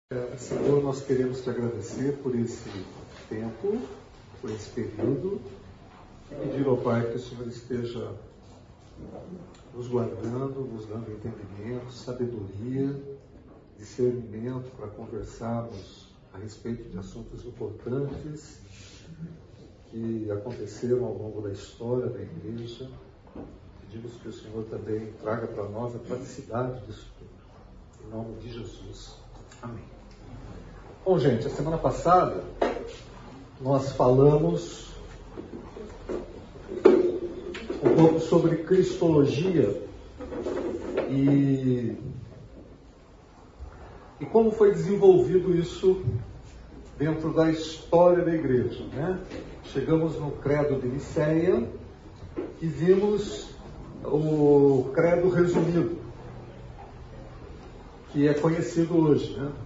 Senhor, nós queremos te agradecer por esse tempo, por esse período, e pedir ao Pai que o Senhor esteja nos guardando, nos dando entendimento, sabedoria, discernimento para conversarmos a respeito de assuntos importantes que aconteceram ao longo da história da igreja. Pedimos que o Senhor também traga para nós a praticidade disso tudo. Em nome de Jesus. Amém. Bom, gente, a semana passada nós falamos um pouco sobre cristologia e como foi desenvolvido isso dentro da história da igreja, né? Chegamos no Credo de Nicéia e vimos o Credo resumido, que é conhecido hoje, né?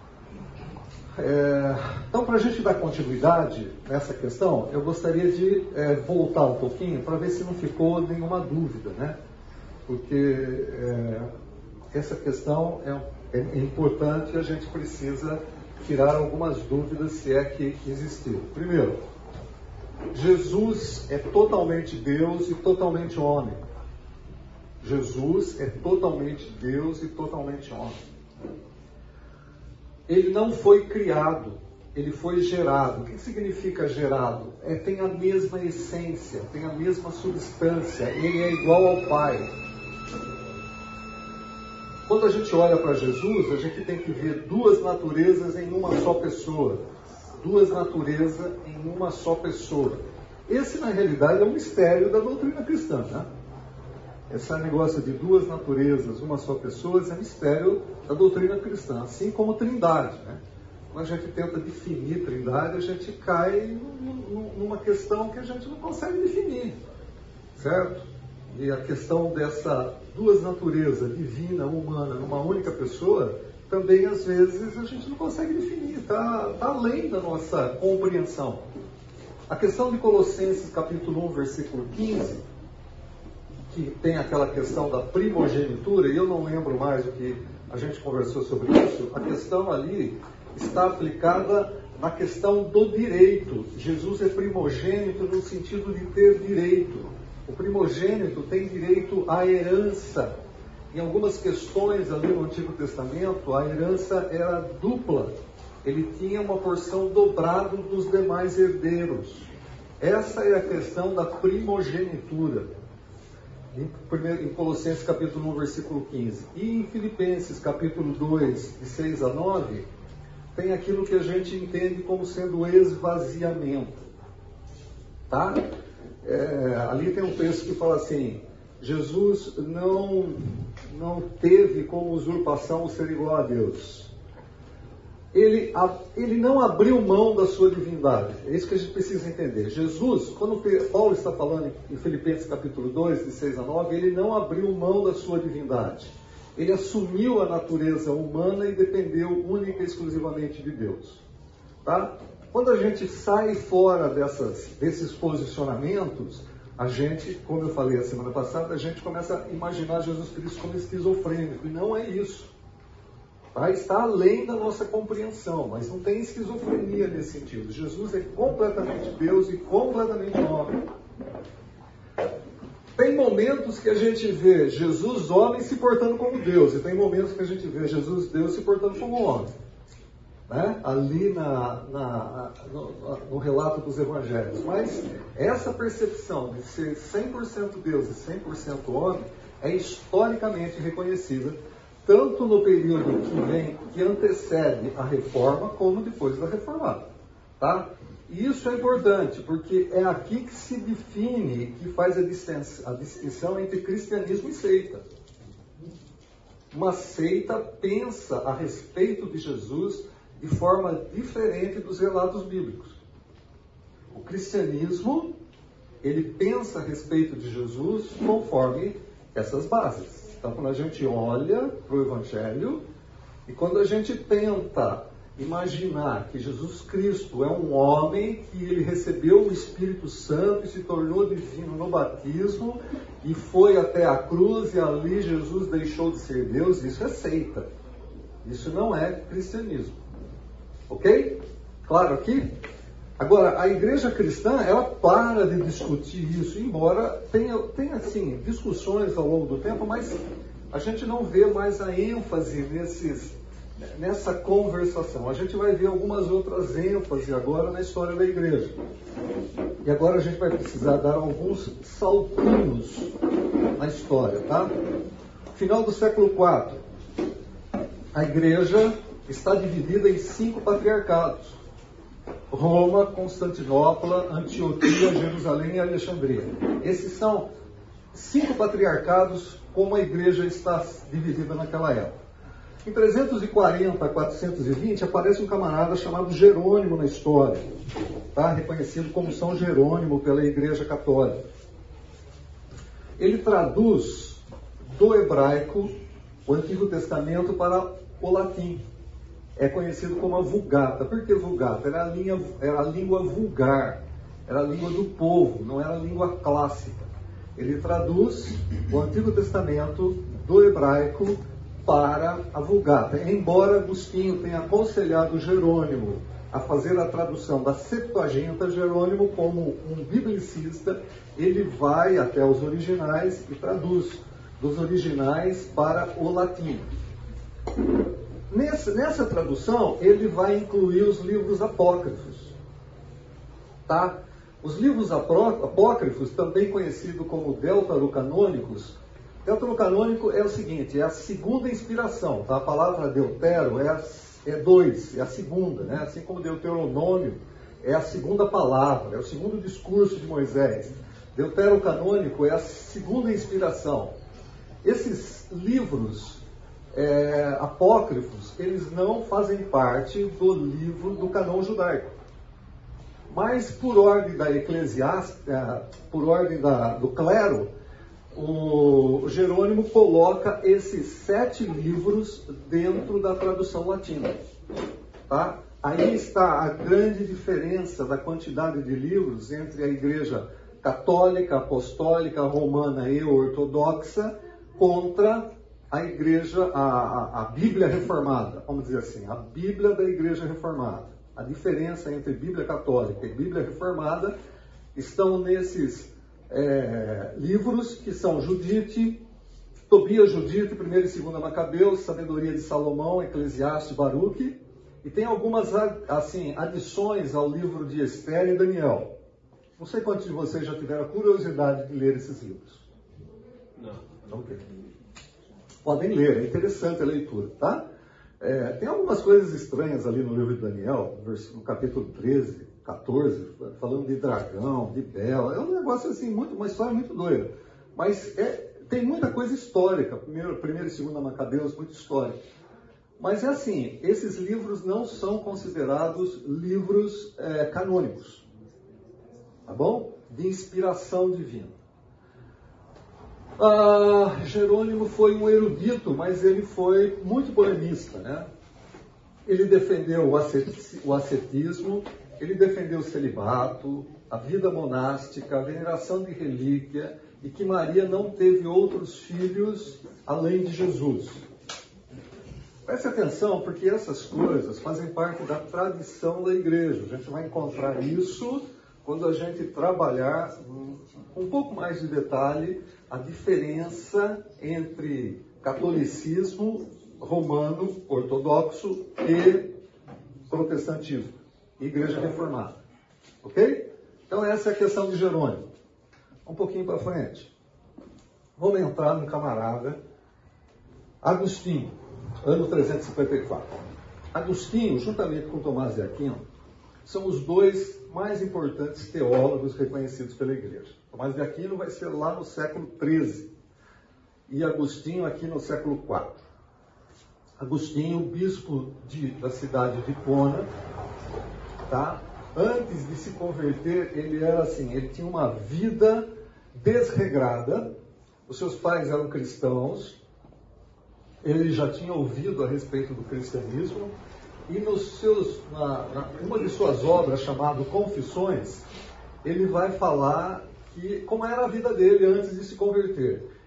Então, para a gente dar continuidade nessa questão, eu gostaria de voltar um pouquinho para ver se não ficou nenhuma dúvida, né? Porque essa questão é importante e a gente precisa tirar algumas dúvidas, se é que existiram. Primeiro, Jesus é totalmente Deus e totalmente homem. Jesus é totalmente Deus e totalmente homem. Ele não foi criado, ele foi gerado. O que significa gerado? Tem a mesma essência, tem a mesma substância, ele é igual ao Pai. Quando a gente olha para Jesus, a gente tem que ver duas naturezas em uma só pessoa. Duas naturezas em uma só pessoa. Esse, na realidade, é um mistério da doutrina cristã, né? Esse negócio de duas naturezas, uma só pessoa, é mistério da doutrina cristã, assim como trindade, né? Quando a gente tenta definir trindade, a gente cai numa questão que a gente não consegue definir, certo? E a questão dessa duas naturezas, divina, humana, numa única pessoa, também às vezes a gente não consegue definir, está além da nossa compreensão. A questão de Colossenses capítulo 1, versículo 15, que tem aquela questão da primogenitura, e eu não lembro mais o que a gente conversou sobre isso, a questão ali está aplicada na questão do direito. Jesus é primogênito no sentido de ter direito. O primogênito tem direito à herança. Em algumas questões ali no Antigo Testamento, a herança era dupla. Ele tinha uma porção dobrada dos demais herdeiros. Essa é a questão da primogenitura. Em Colossenses capítulo 1, versículo 15. E em Filipenses capítulo 2, de 6 a 9, tem aquilo que a gente entende como sendo esvaziamento. Tá? Ali tem um texto que fala assim: Jesus não teve como usurpação o ser igual a Deus. Ele não abriu mão da sua divindade. É isso que a gente precisa entender. Jesus, quando Paulo está falando em Filipenses capítulo 2, de 6 a 9, ele não abriu mão da sua divindade. Ele assumiu a natureza humana e dependeu única e exclusivamente de Deus. Tá? Quando a gente sai fora desses posicionamentos, a gente, como eu falei a semana passada, a gente começa a imaginar Jesus Cristo como esquizofrênico. E não é isso. Tá? Está além da nossa compreensão, mas não tem esquizofrenia nesse sentido. Jesus é completamente Deus e completamente homem. Tem momentos que a gente vê Jesus homem se portando como Deus, e tem momentos que a gente vê Jesus Deus se portando como homem. Né? Ali no relato dos evangelhos. Mas essa percepção de ser 100% Deus e 100% homem é historicamente reconhecida tanto no período que antecede a reforma, como depois da reformada. Tá? E isso é importante, porque é aqui que se define, que faz a distinção entre cristianismo e seita. Uma seita pensa a respeito de Jesus de forma diferente dos relatos bíblicos. O cristianismo, ele pensa a respeito de Jesus conforme essas bases. Então, quando a gente olha para o Evangelho e quando a gente tenta imaginar que Jesus Cristo é um homem, que ele recebeu o Espírito Santo e se tornou divino no batismo e foi até a cruz e ali Jesus deixou de ser Deus, isso é seita. Isso não é cristianismo. Ok? Claro aqui? Agora, a igreja cristã, ela para de discutir isso, embora tenha assim, discussões ao longo do tempo, mas a gente não vê mais a ênfase nessa conversação. A gente vai ver algumas outras ênfases agora na história da igreja. E agora a gente vai precisar dar alguns saltinhos na história, tá? Final do século IV, a igreja está dividida em 5 patriarcados: Roma, Constantinopla, Antioquia, Jerusalém e Alexandria. Esses são 5 patriarcados como a igreja está dividida naquela época. Em 340 a 420 aparece um camarada chamado Jerônimo na história, tá? Reconhecido como São Jerônimo pela Igreja Católica. Ele traduz do hebraico o Antigo Testamento para o latim. É conhecido como a Vulgata. Por que Vulgata? Era a língua vulgar, era a língua do povo, não era a língua clássica. Ele traduz o Antigo Testamento do hebraico para a Vulgata. Embora Agostinho tenha aconselhado Jerônimo a fazer a tradução da Septuaginta, Jerônimo, como um biblicista, ele vai até os originais e traduz dos originais para o latim. Nessa tradução, ele vai incluir os livros apócrifos. Tá? Os livros apócrifos, também conhecidos como deuterocanônicos, deuterocanônico é o seguinte, é a segunda inspiração. Tá? A palavra deutero é 2, é a segunda, né? Assim como Deuteronômio é a segunda palavra, é o segundo discurso de Moisés. Deuterocanônico é a segunda inspiração. Esses livros apócrifos, eles não fazem parte do livro do canon judaico. Mas por ordem da eclesiástica, por ordem do clero, o Jerônimo coloca esses 7 livros dentro da tradução latina. Tá? Aí está a grande diferença da quantidade de livros entre a igreja católica, apostólica, romana e ortodoxa contra a igreja, a Bíblia reformada, vamos dizer assim, a Bíblia da igreja reformada. A diferença entre Bíblia católica e Bíblia reformada estão nesses livros que são Judite, Tobias, Judite, 1 e 2 Macabeus, Sabedoria de Salomão, Eclesiastes, Baruque, e tem algumas assim, adições ao livro de Esther e Daniel. Não sei quantos de vocês já tiveram a curiosidade de ler esses livros. Não tem. Podem ler, é interessante a leitura, tá? Tem algumas coisas estranhas ali no livro de Daniel, no capítulo 13, 14, falando de dragão, de Bela. É um negócio assim, uma história muito doida. Mas tem muita coisa histórica. 1 e 2 Macabeus, muito histórica. Mas é assim, esses livros não são considerados livros canônicos. Tá bom? De inspiração divina. Jerônimo foi um erudito, mas ele foi muito polemista, né? Ele defendeu o ascetismo, ele defendeu o celibato, a vida monástica, a veneração de relíquia e que Maria não teve outros filhos além de Jesus. Preste atenção, porque essas coisas fazem parte da tradição da igreja. A gente vai encontrar isso quando a gente trabalhar com um pouco mais de detalhe a diferença entre catolicismo romano, ortodoxo e protestantismo, igreja reformada. Ok? Então essa é a questão de Jerônimo. Um pouquinho para frente. Vamos entrar no camarada Agostinho, ano 354. Agostinho, juntamente com Tomás de Aquino, são os dois mais importantes teólogos reconhecidos pela igreja. Tomás de Aquino vai ser lá no século XIII e Agostinho aqui no século IV. Agostinho, bispo da cidade de Hipona, tá? Antes de se converter, ele era assim, ele tinha uma vida desregrada, os seus pais eram cristãos, ele já tinha ouvido a respeito do cristianismo, e uma de suas obras, chamado Confissões, ele vai falar como era a vida dele antes de se converter.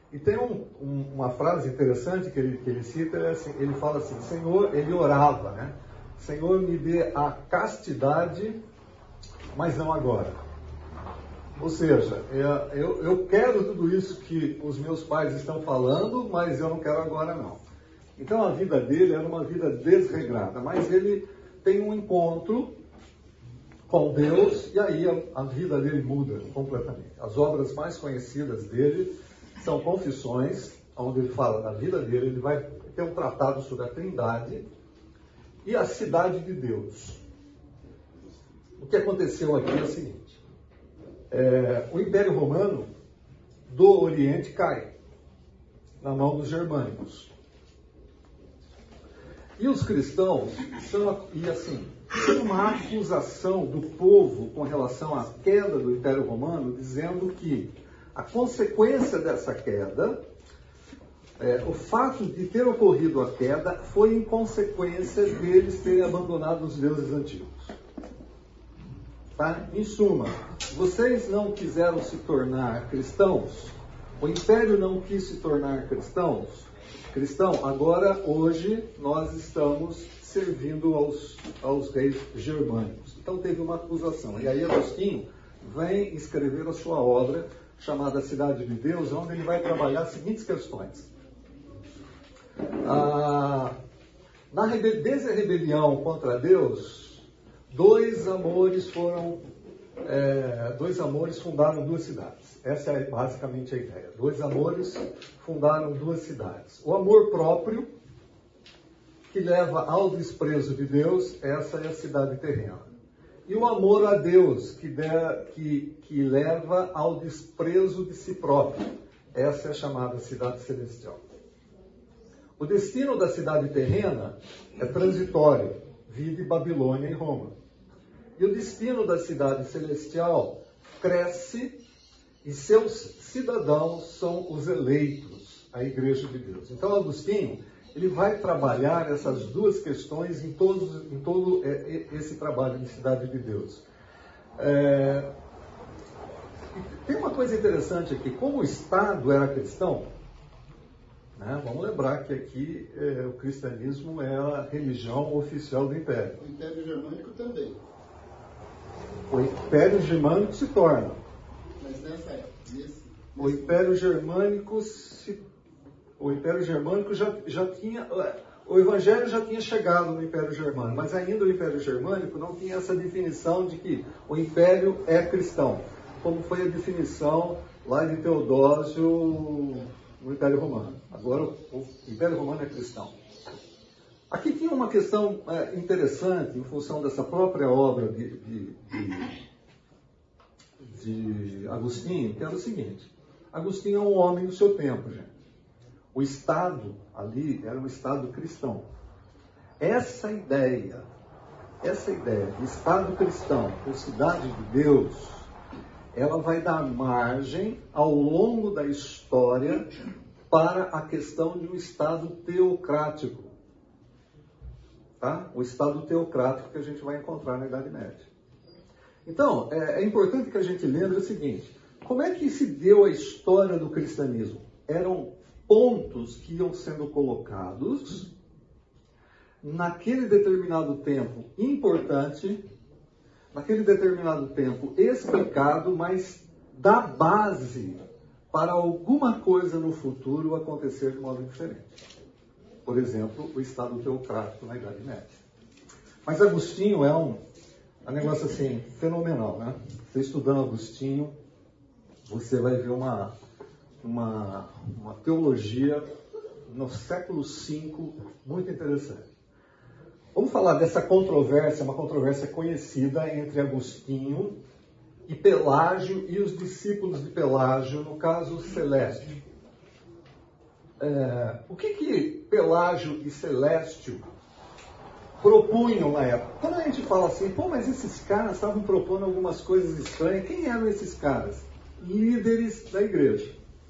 E tem uma frase interessante que ele cita, ele fala assim, Senhor, ele orava, né? Senhor, me dê a castidade, mas não agora. Ou seja, eu quero tudo isso que os meus pais estão falando, mas eu não quero agora não. Então a vida dele era uma vida desregrada, mas ele tem um encontro com Deus e aí a vida dele muda completamente. As obras mais conhecidas dele são Confissões, onde ele fala da vida dele, ele vai ter um tratado sobre a Trindade e a cidade de Deus. O que aconteceu aqui é o seguinte, o Império Romano do Oriente cai na mão dos germânicos. E os cristãos tem uma acusação do povo com relação à queda do Império Romano, dizendo que a consequência dessa queda, o fato de ter ocorrido a queda, foi em consequência deles terem abandonado os deuses antigos. Tá? Em suma, vocês não quiseram se tornar cristãos, o Império não quis se tornar cristão, agora, hoje, nós estamos servindo aos reis germânicos. Então teve uma acusação. E aí Agostinho vem escrever a sua obra, chamada Cidade de Deus, onde ele vai trabalhar as seguintes questões. Desde a rebelião contra Deus, dois amores fundaram duas cidades. Essa é basicamente a ideia. Dois amores fundaram duas cidades. O amor próprio, que leva ao desprezo de Deus, essa é a cidade terrena. E o amor a Deus, que leva ao desprezo de si próprio, essa é a chamada cidade celestial. O destino da cidade terrena é transitório, vide Babilônia e Roma. E o destino da cidade celestial cresce e seus cidadãos são os eleitos, a Igreja de Deus. Então, Agostinho, ele vai trabalhar essas duas questões em todo esse trabalho de Cidade de Deus. Tem uma coisa interessante aqui, como o Estado era cristão, né? Vamos lembrar que aqui o cristianismo é a religião oficial do Império. O Império Germânico também. O Império Germânico se torna. Mas nessa época, o Império Germânico já tinha... O Evangelho já tinha chegado no Império Germânico, mas ainda o Império Germânico não tinha essa definição de que o Império é cristão, como foi a definição lá de Teodósio no Império Romano. Agora o Império Romano é cristão. Aqui tinha uma questão interessante em função dessa própria obra de Agostinho, que era o seguinte: Agostinho é um homem do seu tempo, gente. O Estado ali era um Estado cristão. Essa ideia de Estado cristão por cidade de Deus, ela vai dar margem ao longo da história para a questão de um Estado teocrático. Tá? O Estado teocrático que a gente vai encontrar na Idade Média. Então, é importante que a gente lembre o seguinte: como é que se deu a história do cristianismo? Eram pontos que iam sendo colocados naquele determinado tempo importante, naquele determinado tempo explicado, mas dá base para alguma coisa no futuro acontecer de modo diferente. Por exemplo, o Estado teocrático na Idade Média. Mas Agostinho é um negócio assim, fenomenal, né? Você estudando Agostinho, você vai ver uma teologia no século V muito interessante. Vamos falar dessa controvérsia, uma controvérsia conhecida entre Agostinho e Pelágio e os discípulos de Pelágio, no caso Celeste. O que Pelágio e Celeste propunham na época? Quando a gente fala assim, mas esses caras estavam propondo algumas coisas estranhas, quem eram esses caras? Líderes da igreja.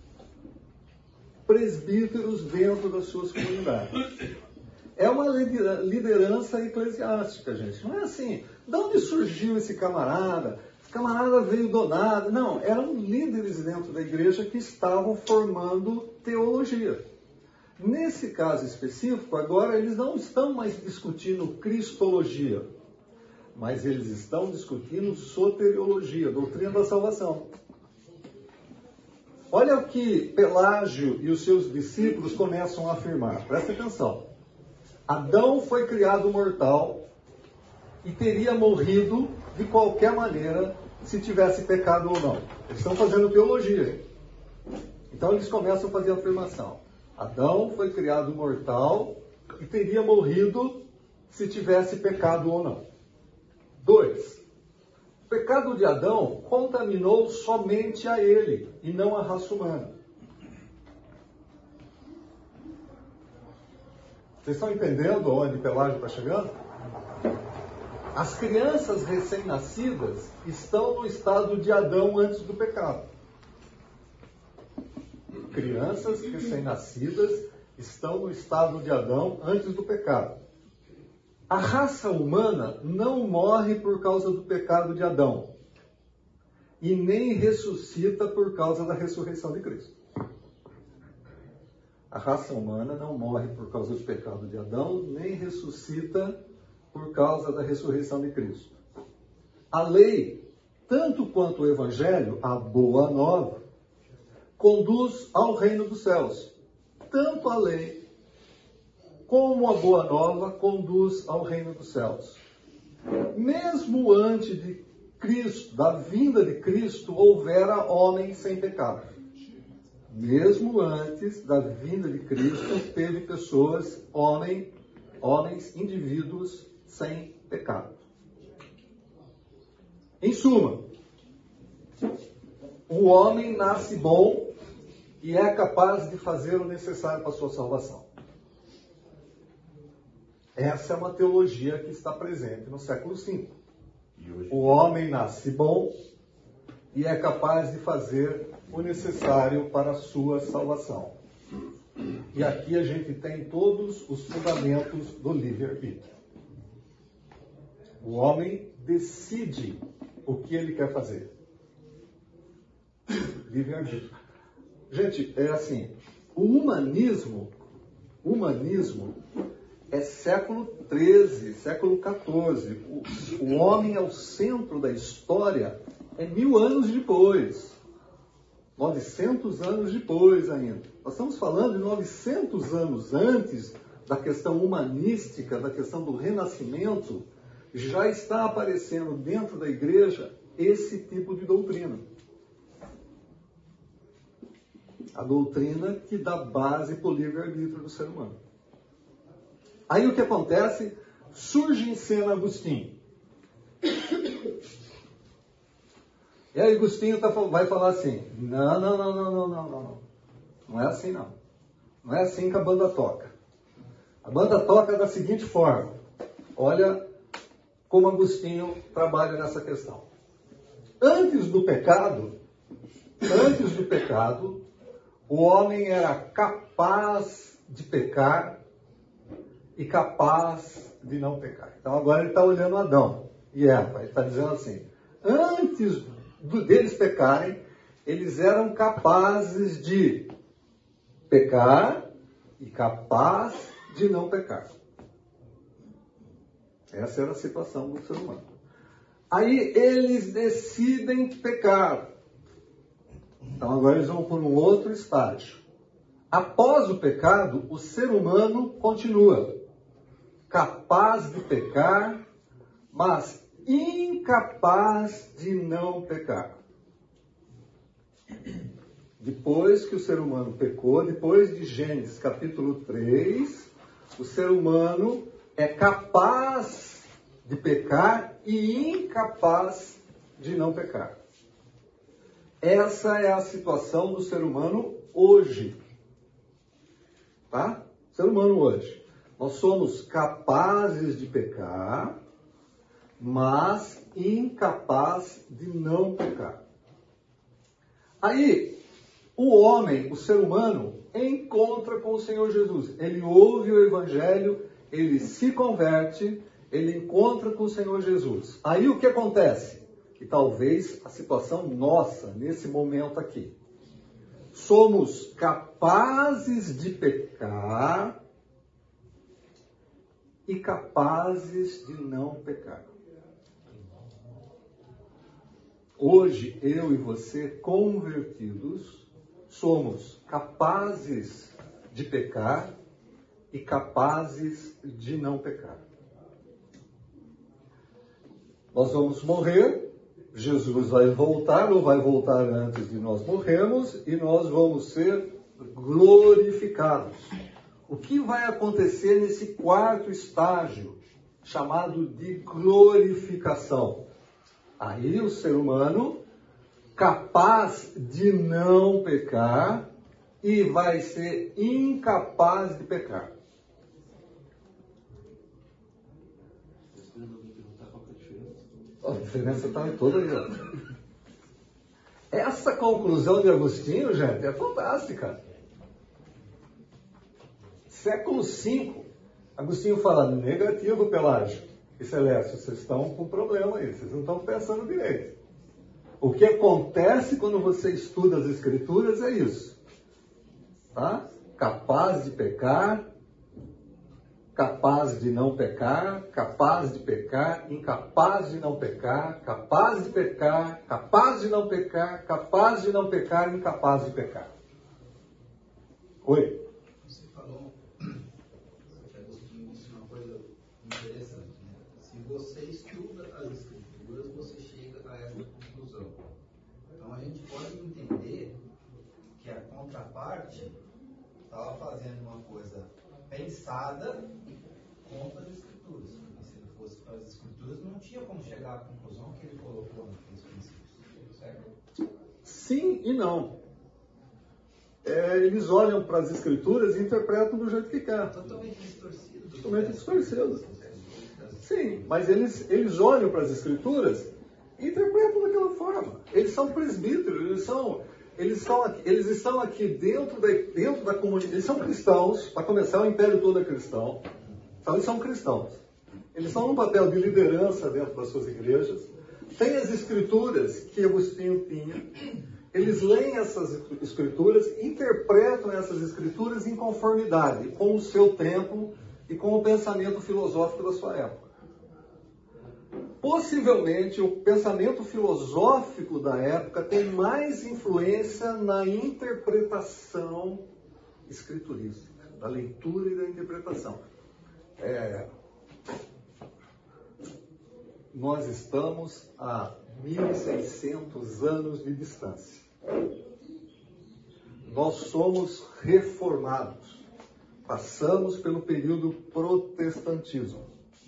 Presbíteros dentro das suas comunidades. É uma liderança eclesiástica, gente. Não é assim, de onde surgiu esse camarada? camarada veio do nada. Não, eram líderes dentro da igreja que estavam formando teologia. Nesse caso específico, agora eles não estão mais discutindo cristologia, mas eles estão discutindo soteriologia, doutrina da salvação. Olha o que Pelágio e os seus discípulos começam a afirmar. Presta atenção. Adão foi criado mortal e teria morrido de qualquer maneira se tivesse pecado ou não. Eles estão fazendo teologia. Então eles começam a fazer a afirmação. Adão foi criado mortal e teria morrido se tivesse pecado ou não. 2. O pecado de Adão contaminou somente a ele e não a raça humana. Vocês estão entendendo onde Pelágio está chegando? As crianças recém-nascidas estão no estado de Adão antes do pecado. Crianças recém-nascidas estão no estado de Adão antes do pecado. A raça humana não morre por causa do pecado de Adão e nem ressuscita por causa da ressurreição de Cristo. A raça humana não morre por causa do pecado de Adão, nem ressuscita por causa da ressurreição de Cristo. A lei, tanto quanto o Evangelho, a boa nova, conduz ao reino dos céus. Tanto a lei como a boa nova conduz ao reino dos céus. Mesmo antes de Cristo, da vinda de Cristo, houvera homens sem pecado. Mesmo antes da vinda de Cristo, teve pessoas, homens, indivíduos sem pecado. Em suma, o homem nasce bom e é capaz de fazer o necessário para a sua salvação. Essa é uma teologia que está presente no século V. O homem nasce bom e é capaz de fazer o necessário para a sua salvação. E aqui a gente tem todos os fundamentos do livre-arbítrio. O homem decide o que ele quer fazer. Livre-arbítrio. Gente, é assim, o humanismo é século XIII, século XIV. O homem é o centro da história, é 1000 anos depois. 900 anos depois ainda. Nós estamos falando de 900 anos antes da questão humanística, da questão do renascimento, já está aparecendo dentro da igreja esse tipo de doutrina. A doutrina que dá base para o livre-arbítrio do ser humano. Aí o que acontece? Surge em cena Agostinho. E aí Agostinho vai falar assim, não. Não é assim não. Não é assim que a banda toca. A banda toca da seguinte forma. Olha como Agostinho trabalha nessa questão. Antes do pecado, o homem era capaz de pecar e capaz de não pecar. Então agora ele está olhando Adão e Eva. Ele está dizendo assim, antes deles pecarem, eles eram capazes de pecar e capaz de não pecar. Essa era a situação do ser humano. Aí eles decidem pecar. Então agora eles vão por um outro estágio. Após o pecado, o ser humano continua capaz de pecar, mas incapaz de não pecar. Depois que o ser humano pecou, depois de Gênesis capítulo 3, o ser humano é capaz de pecar e incapaz de não pecar. Essa é a situação do ser humano hoje. Tá? Ser humano hoje. Nós somos capazes de pecar, mas incapaz de não pecar. Aí, o homem, o ser humano, encontra com o Senhor Jesus. Ele ouve o Evangelho, ele se converte, ele encontra com o Senhor Jesus. Aí o que acontece? que talvez a situação nossa, nesse momento aqui. Somos capazes de pecar e capazes de não pecar. Hoje, eu e você, convertidos, somos capazes de pecar e capazes de não pecar. Nós vamos morrer, Jesus vai voltar ou vai voltar antes de nós morrermos e nós vamos ser glorificados. O que vai acontecer nesse quarto estágio, chamado de glorificação? Aí o ser humano, capaz de não pecar, e vai ser incapaz de pecar. A diferença está toda aí. Ó. Essa conclusão de Agostinho, gente, é fantástica. Século V, Agostinho fala negativo, Pelágio e Celeste, vocês estão com problema aí, vocês não estão pensando direito. O que acontece quando você estuda as Escrituras é isso. Tá? Capaz de pecar, capaz de não pecar, capaz de pecar, incapaz de não pecar, capaz de pecar, capaz de não pecar, capaz de não pecar, incapaz de pecar. Oi? Você falou que Agostinho disse uma coisa interessante, né? Se você estuda as Escrituras, você chega a essa conclusão. Então a gente pode entender que a contraparte estava fazendo uma coisa pensada contra as Escrituras. Porque se ele fosse para as Escrituras, não tinha como chegar à conclusão que ele colocou naqueles princípios. Certo? Sim e não. Eles olham para as Escrituras e interpretam do jeito que quer. Totalmente distorcido. Totalmente distorcido. Sim, mas eles olham para as Escrituras e interpretam daquela forma. Eles são presbíteros, eles estão aqui dentro da comunidade. Eles são cristãos, para começar, o império todo é cristão. Então, eles são cristãos. Eles estão num papel de liderança dentro das suas igrejas. Tem as Escrituras que Agostinho tinha. Eles leem essas Escrituras, interpretam essas Escrituras em conformidade com o seu tempo e com o pensamento filosófico da sua época. Possivelmente, o pensamento filosófico da época tem mais influência na interpretação escriturística, da leitura e da interpretação. Nós estamos a 1.600 anos de distância. Nós somos reformados. Passamos pelo período protestantismo.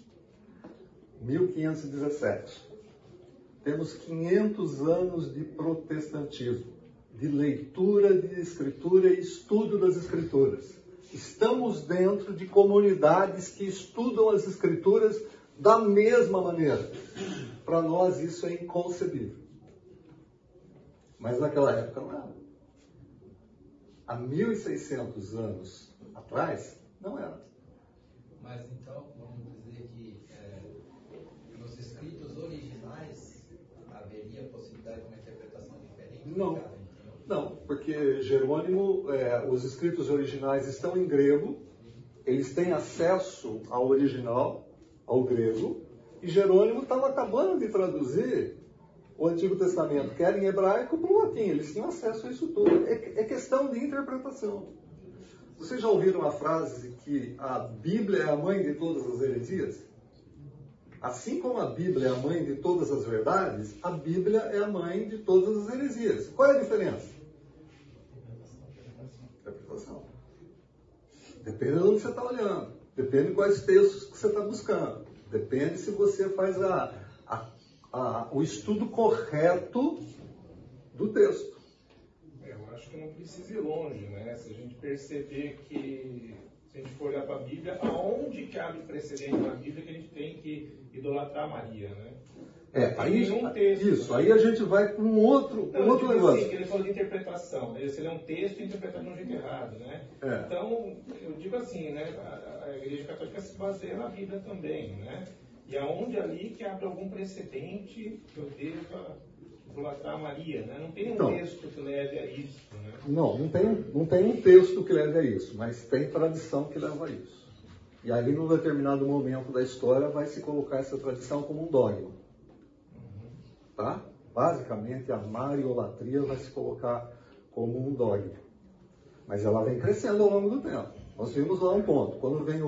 1517. Temos 500 anos de protestantismo, de leitura de escritura e estudo das escrituras. Estamos dentro de comunidades que estudam as escrituras da mesma maneira. Para nós isso é inconcebível. Mas naquela época não era. Há 1.600 anos atrás, não era. Mas então, vamos dizer que nos escritos originais haveria possibilidade de uma interpretação diferente? Não, porque Jerônimo, os escritos originais estão em grego, eles têm acesso ao original, ao grego, e Jerônimo estava acabando de traduzir o Antigo Testamento, que era em hebraico, para o latim. Eles tinham acesso a isso tudo. É questão de interpretação. Vocês já ouviram a frase que a Bíblia é a mãe de todas as heresias? Assim como a Bíblia é a mãe de todas as verdades, a Bíblia é a mãe de todas as heresias. Qual é a diferença? Interpretação. Depende de onde você está olhando. Depende de quais textos que você está buscando. Depende se você faz o estudo correto do texto. Eu acho que não precisa ir longe, né? Se a gente perceber que, se a gente for olhar para a Bíblia, aonde que abre precedente na Bíblia que a gente tem que idolatrar Maria, né? Aí a gente vai com um outro negócio. Assim, ele falou de interpretação, né? Se ele é um texto interpretado de um jeito errado, né? Então, eu digo assim, né? A Igreja Católica se baseia na Bíblia também, né? E aonde ali que abre algum precedente que eu deva idolatrar Maria, né? Não tem um texto que leve a isso, né? Não tem um texto que leve a isso, mas tem tradição que leva a isso. E ali, num determinado momento da história, vai se colocar essa tradição como um dogma. Tá? Basicamente, a mariolatria vai se colocar como um dogma. Mas ela vem crescendo ao longo do tempo. Nós vimos lá um ponto. Quando vem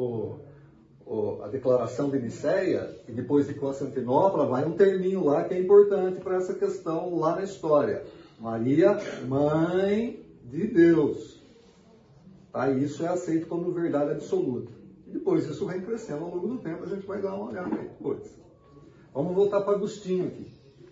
a declaração de Niceia, e depois de Constantinopla, vai um terminho lá que é importante para essa questão lá na história. Maria, mãe de Deus. Tá? Isso é aceito como verdade absoluta. E depois isso vem crescendo ao longo do tempo, a gente vai dar uma olhada aí depois. Vamos voltar para Agostinho aqui.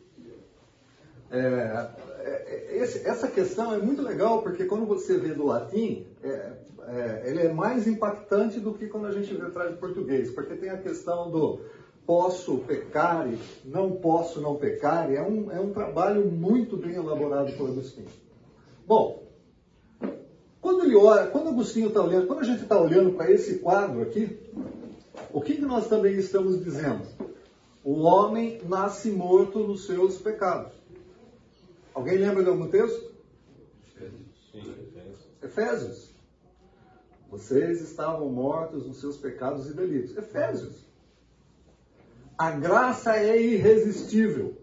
Essa questão é muito legal, porque quando você vê do latim, ele é mais impactante do que quando a gente vê atrás do português, porque tem a questão do posso pecar e não posso não pecar, é um trabalho muito bem elaborado por Agostinho. Bom, quando Agostinho está olhando, quando a gente está olhando para esse quadro aqui, o que nós também estamos dizendo? O homem nasce morto nos seus pecados. Alguém lembra de algum texto? Sim, Efésios. Vocês estavam mortos nos seus pecados e delitos. Efésios. A graça é irresistível.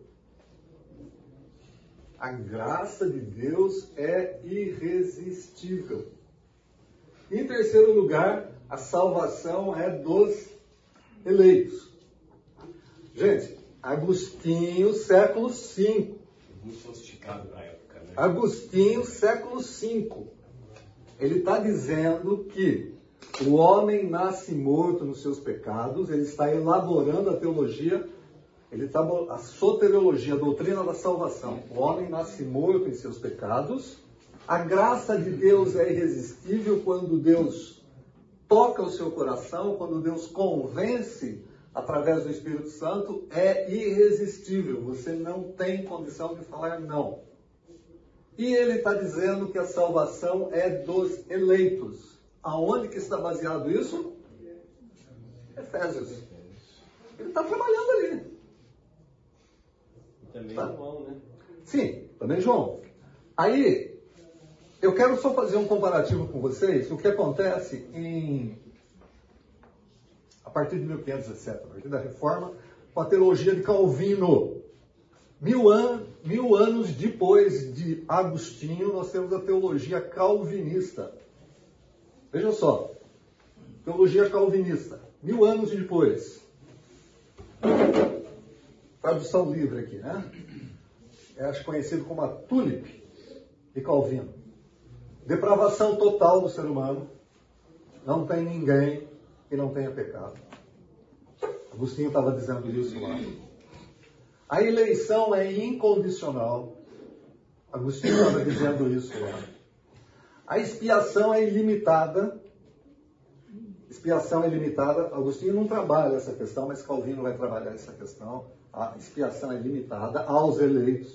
A graça de Deus é irresistível. Em terceiro lugar, a salvação é dos eleitos. Gente, Agostinho, século V. Muito sofisticado na época, né? Agostinho, século V. Ele está dizendo que o homem nasce morto nos seus pecados, ele está elaborando a teologia, a soteriologia, a doutrina da salvação. O homem nasce morto em seus pecados, a graça de Deus é irresistível quando Deus toca o seu coração, quando Deus convence através do Espírito Santo, é irresistível. Você não tem condição de falar não. E ele está dizendo que a salvação é dos eleitos. Aonde que está baseado isso? Efésios. Ele está trabalhando ali. E também João, né? Sim, também João. Aí, eu quero só fazer um comparativo com vocês, o que acontece a partir de 1517, a partir da Reforma, com a teologia de Calvino. 1000 anos depois de Agostinho, nós temos a teologia calvinista. Vejam só, teologia calvinista, 1000 anos depois. Tradução livre aqui, né? Acho conhecido como a Tulip de Calvino. Depravação total do ser humano. Não tem ninguém que não tenha pecado. Agostinho estava dizendo isso lá. A eleição é incondicional. Agostinho estava dizendo isso lá. A expiação é ilimitada. Expiação é ilimitada. Agostinho não trabalha essa questão, mas Calvino vai trabalhar essa questão. A expiação é limitada aos eleitos.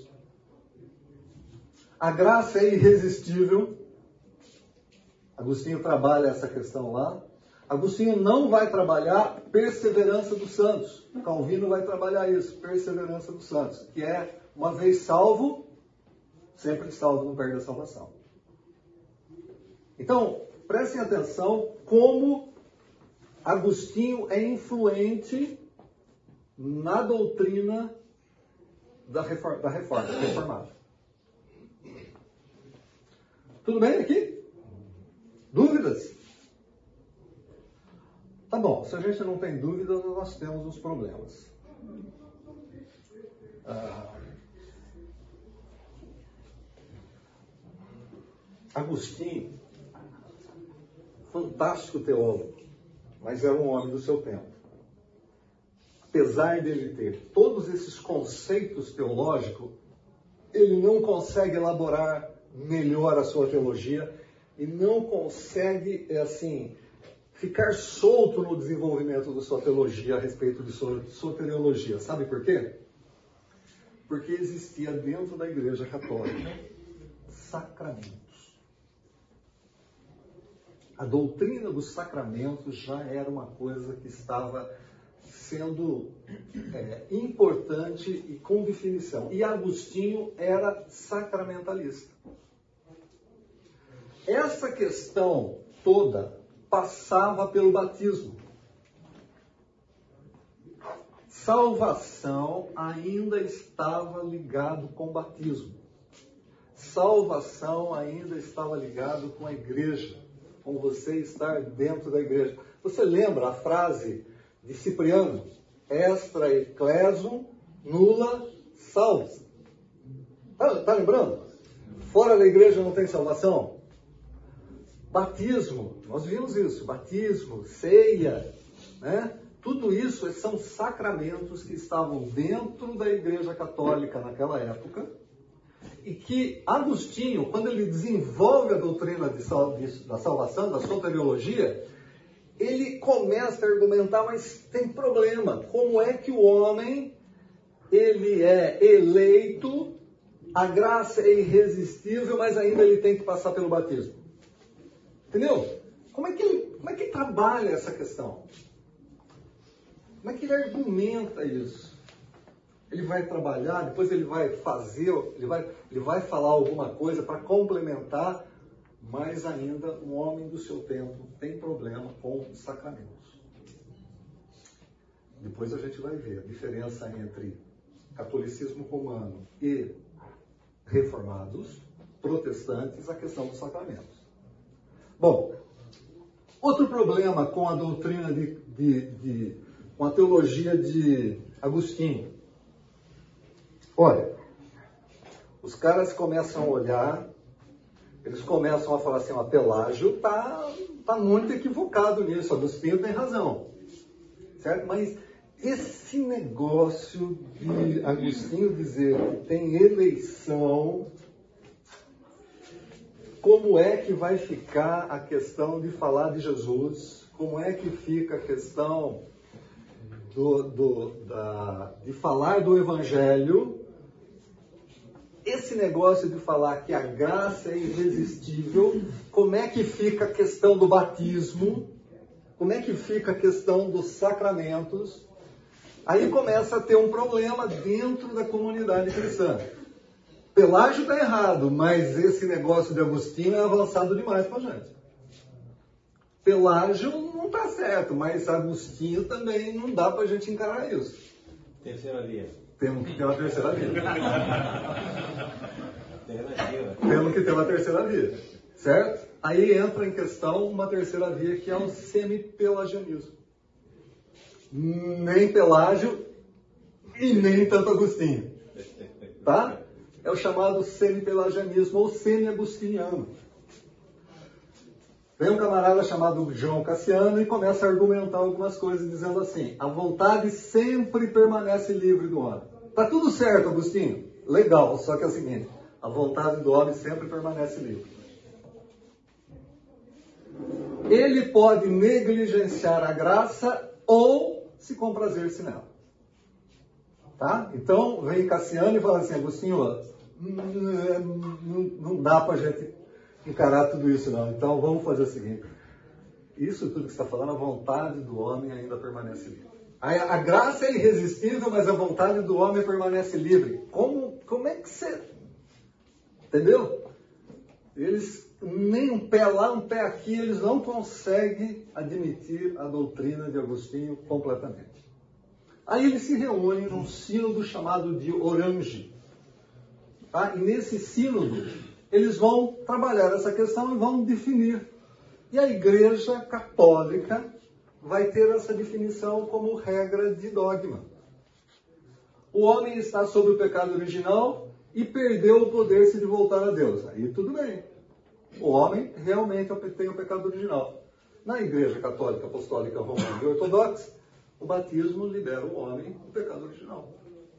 A graça é irresistível. Agostinho trabalha essa questão lá. Agostinho não vai trabalhar perseverança dos santos. Calvino vai trabalhar isso, perseverança dos santos, que é, uma vez salvo, sempre salvo, não perde a salvação. Então, prestem atenção como Agostinho é influente na doutrina da reformada. Tudo bem aqui? Dúvidas? Tá bom, se a gente não tem dúvidas, nós temos uns problemas. Agostinho, fantástico teólogo, mas era um homem do seu tempo. Apesar dele ter todos esses conceitos teológicos, ele não consegue elaborar melhor a sua teologia e não consegue, ficar solto no desenvolvimento da sua teologia a respeito de soteriologia. Sabe por quê? Porque existia dentro da Igreja Católica sacramentos. A doutrina dos sacramentos já era uma coisa que estava sendo importante e com definição. E Agostinho era sacramentalista. Essa questão toda passava pelo batismo. Salvação ainda estava ligado com o batismo. Salvação ainda estava ligado com a igreja, com você estar dentro da igreja. Você lembra a frase de Cipriano? Extra ecclesiam nulla salus. Tá lembrando? Fora da igreja não tem salvação? Batismo, nós vimos isso. Batismo, ceia, né? Tudo isso são sacramentos que estavam dentro da igreja católica naquela época e que Agostinho, quando ele desenvolve a doutrina da salvação, da soteriologia, ele começa a argumentar, mas tem problema. Como é que o homem, ele é eleito, a graça é irresistível, mas ainda ele tem que passar pelo batismo? Entendeu? Como é que trabalha essa questão? Como é que ele argumenta isso? Ele vai trabalhar, depois ele vai fazer, ele vai falar alguma coisa para complementar, mas ainda o homem do seu tempo tem problema com os sacramentos. Depois a gente vai ver a diferença entre catolicismo romano e reformados, protestantes, a questão dos sacramentos. Bom, outro problema com a doutrina com a teologia de Agostinho. Olha, os caras começam a olhar, eles começam a falar assim, ó, Pelágio tá muito equivocado nisso, Agostinho tem razão, certo? Mas esse negócio de Agostinho dizer que tem eleição, como é que vai ficar a questão de falar de Jesus? Como é que fica a questão de falar do Evangelho? Esse negócio de falar que a graça é irresistível, como é que fica a questão do batismo? Como é que fica a questão dos sacramentos? Aí começa a ter um problema dentro da comunidade cristã. Pelágio está errado, mas esse negócio de Agostinho é avançado demais para a gente. Pelágio não está certo, mas Agostinho também não dá para a gente encarar isso. Terceira via. Temos que ter uma terceira via. Alternativa. Temos que ter uma terceira via, certo? Aí entra em questão uma terceira via que é o semi-pelagianismo. Nem Pelágio e nem tanto Agostinho. Tá? É o chamado semi-pelagianismo ou semi-agostiniano. Vem um camarada chamado João Cassiano e começa a argumentar algumas coisas, dizendo assim, a vontade sempre permanece livre do homem. Tá tudo certo, Agostinho? Legal, só que é o seguinte, a vontade do homem sempre permanece livre. Ele pode negligenciar a graça ou se comprazer-se nela. Tá? Então, vem Cassiano e fala assim, Agostinho, não dá para a gente encarar tudo isso não. Então vamos fazer o seguinte. Isso tudo que você está falando, a vontade do homem ainda permanece livre. A graça é irresistível, mas a vontade do homem permanece livre. Como é que você... Entendeu? Eles, nem um pé lá, um pé aqui, eles não conseguem admitir a doutrina de Agostinho completamente. Aí eles se reúnem num sínodo chamado de Orange. Tá? E nesse sínodo, eles vão trabalhar essa questão e vão definir. E a Igreja Católica vai ter essa definição como regra de dogma. O homem está sob o pecado original e perdeu o poder-se de voltar a Deus. Aí tudo bem. O homem realmente tem o pecado original. Na Igreja Católica, Apostólica, Romana e Ortodoxa, o batismo libera o homem do pecado original.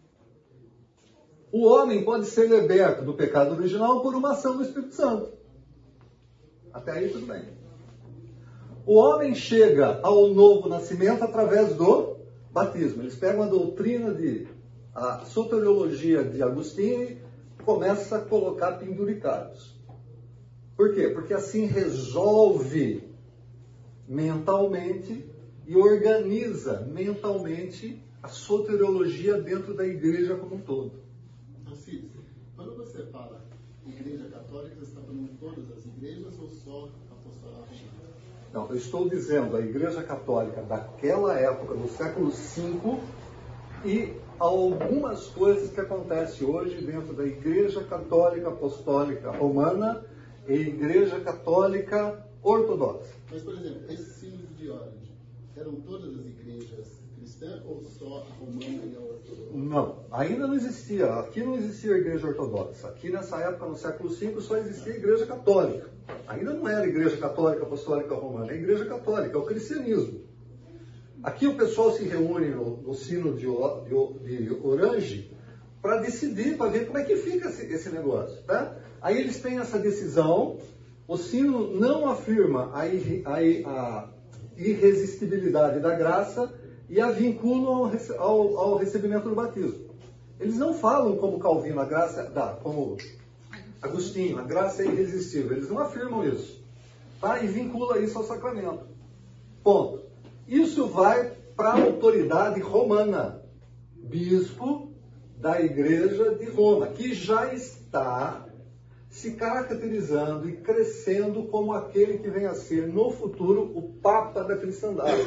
O homem pode ser liberto do pecado original por uma ação do Espírito Santo. Até aí tudo bem. O homem chega ao novo nascimento através do batismo. Eles pegam a doutrina a soteriologia de Agostinho e começam a colocar penduricados. Por quê? Porque assim resolve mentalmente e organiza mentalmente a soteriologia dentro da igreja como um todo. Assis, quando você fala igreja católica, você está falando todas as igrejas ou só apostolado romano? Não, eu estou dizendo a igreja católica daquela época, do século V, e algumas coisas que acontecem hoje dentro da igreja católica apostólica romana e igreja católica ortodoxa. Mas, por exemplo, esses símbolos de ordem, eram todas as igrejas cristãs ou só a romana e a ortodoxa? Não, ainda não existia. Aqui não existia a igreja ortodoxa. Aqui nessa época, no século V, só existia a igreja católica. Ainda não era a igreja católica apostólica romana, é a igreja católica, é o cristianismo. Aqui o pessoal se reúne no sino de Orange para decidir, para ver como é que fica esse negócio. Tá? Aí eles têm essa decisão, o sino não afirma a irresistibilidade da graça e a vinculam ao recebimento do batismo. Eles não falam como Calvino, a graça, como Agostinho, a graça é irresistível. Eles não afirmam isso. Tá? E vincula isso ao sacramento. Ponto. Isso vai para a autoridade romana, bispo da Igreja de Roma, que já está se caracterizando e crescendo como aquele que vem a ser, no futuro, o Papa da cristandade.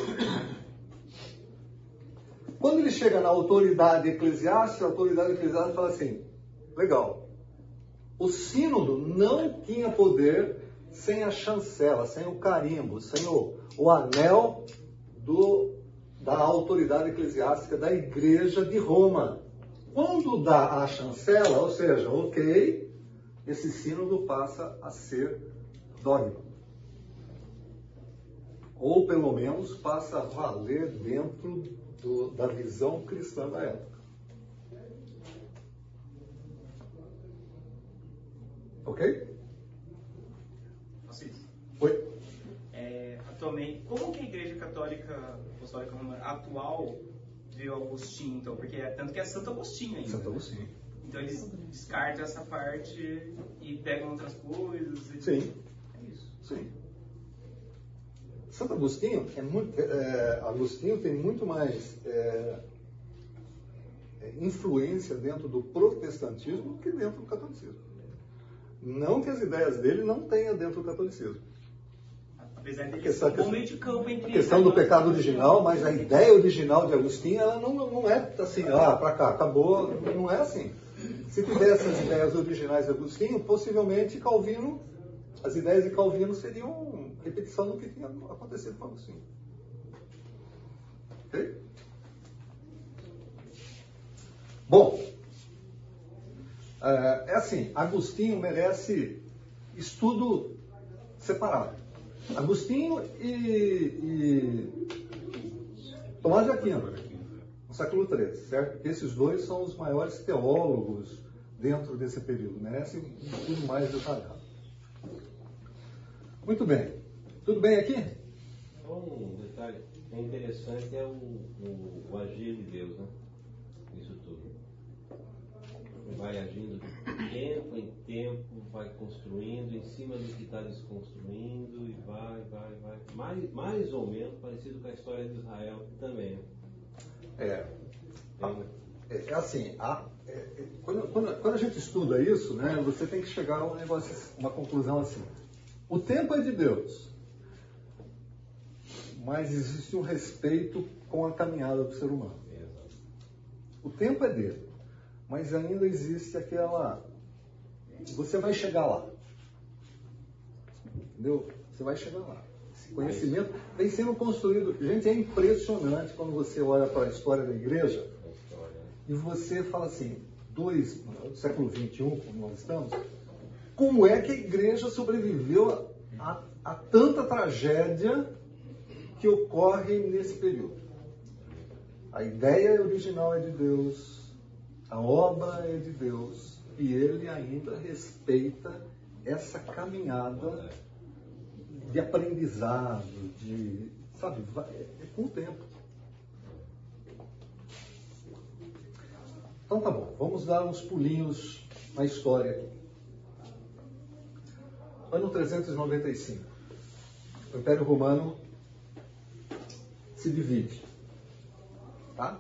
Quando ele chega na autoridade eclesiástica, a autoridade eclesiástica fala assim, legal, o sínodo não tinha poder sem a chancela, sem o carimbo, sem o anel da autoridade eclesiástica da Igreja de Roma. Quando dá a chancela, ou seja, ok, esse sínodo passa a ser dogma. Ou pelo menos passa a valer dentro da visão cristã da época. Ok? Assis. Oi? Atualmente, como que a Igreja Católica Apostólica Romana atual viu Agostinho, então? Porque tanto que é Santo Agostinho ainda. Santo Agostinho. Então eles descartam essa parte e pegam outras coisas. Sim. É isso. Sim. Santo Agostinho Agostinho tem muito mais influência dentro do protestantismo do que dentro do catolicismo. Não que as ideias dele não tenha dentro do catolicismo. Apesar de ser um meio de campo entre a questão do pecado original, mas a ideia original de Agostinho, ela não é assim, para cá, acabou, não é assim. Se tivesse as ideias originais de Agostinho, possivelmente Calvino, as ideias de Calvino seriam repetição do que tinha acontecido com Agostinho. Ok? Bom, é assim, Agostinho merece estudo separado. Agostinho e Tomás de Aquino, no século III, certo? Esses dois são os maiores teólogos dentro desse período, merecem um estudo mais detalhado. Muito bem. Tudo bem aqui? Um detalhe interessante é o agir de Deus, né? Isso tudo. Vai agindo de tempo em tempo, vai construindo em cima do que está desconstruindo e vai. Mais ou menos parecido com a história de Israel também. Assim, quando a gente estuda isso, né, você tem que chegar a uma conclusão assim. O tempo é de Deus, mas existe um respeito com a caminhada do ser humano. O tempo é dele, mas ainda existe aquela... Você vai chegar lá. Entendeu? Você vai chegar lá. Esse conhecimento vem sendo construído. Gente, é impressionante quando você olha para a história da igreja e você fala assim, do século XXI, como nós estamos, como é que a igreja sobreviveu a tanta tragédia que ocorre nesse período? A ideia original é de Deus, a obra é de Deus, e ele ainda respeita essa caminhada de aprendizado, sabe, é com o tempo. Então tá bom, vamos dar uns pulinhos na história aqui. Ano 395. O Império Romano se divide. Tá?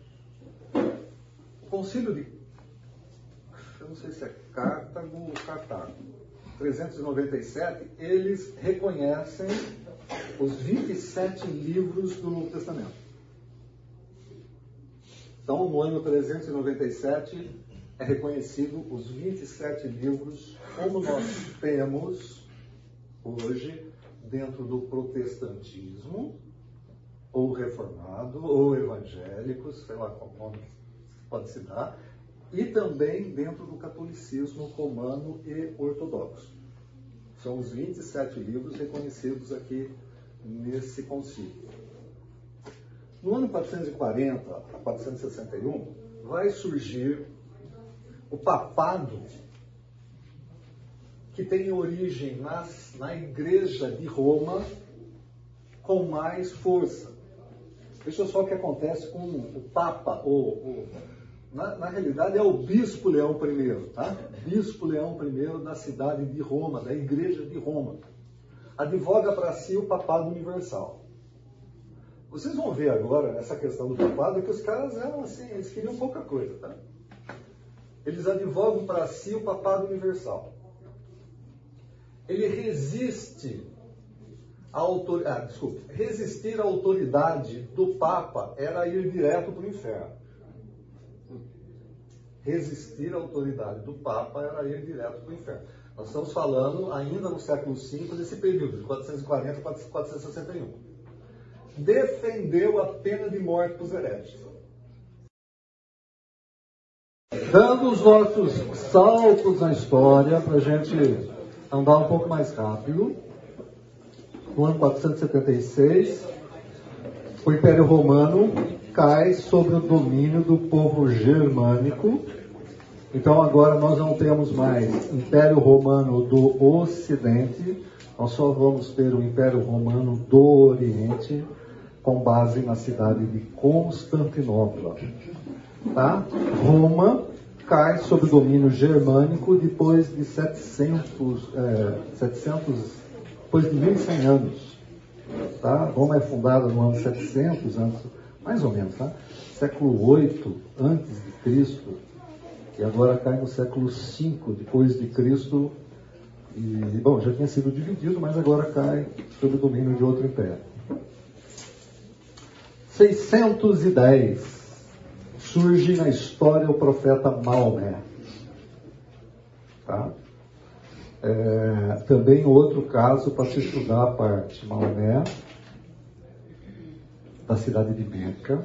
O concílio de, eu não sei se é Cartago ou Cartago, 397, eles reconhecem os 27 livros do Novo Testamento. Então, no ano 397, é reconhecido os 27 livros, como nós temos hoje dentro do protestantismo, ou reformado, ou evangélico, sei lá qual nome pode se dar, e também dentro do catolicismo romano e ortodoxo. São os 27 livros reconhecidos aqui nesse concílio. No ano 440 a 461, vai surgir o papado, que tem origem na Igreja de Roma, com mais força. Veja só o que acontece com o Papa, na realidade é o Bispo Leão I, tá? Bispo Leão I da cidade de Roma, da Igreja de Roma. Advoga para si o papado universal. Vocês vão ver agora, nessa questão do papado, que os caras eram assim, eles queriam pouca coisa, tá? Eles advogam para si o papado universal. Ele resiste resistir à autoridade do Papa era ir direto para o inferno. Resistir à autoridade do Papa era ir direto para o inferno. Nós estamos falando ainda no século V, desse período, de 440 a 461. Defendeu a pena de morte para os hereges. Dando os nossos saltos na história, para a gente andar um pouco mais rápido, no ano 476, o Império Romano cai sob o domínio do povo germânico. Então agora nós não temos mais Império Romano do Ocidente, nós só vamos ter o Império Romano do Oriente, com base na cidade de Constantinopla. Tá? Roma cai sob o domínio germânico depois de 1100 anos. Tá? Roma é fundada no ano 700, mais ou menos, tá? Século 8 antes de Cristo, e agora cai no século 5 depois de Cristo. E, bom, já tinha sido dividido, mas agora cai sob o domínio de outro império. 610, surge na história o profeta Maomé. Tá? Também outro caso para se estudar a parte. Maomé, da cidade de Meca,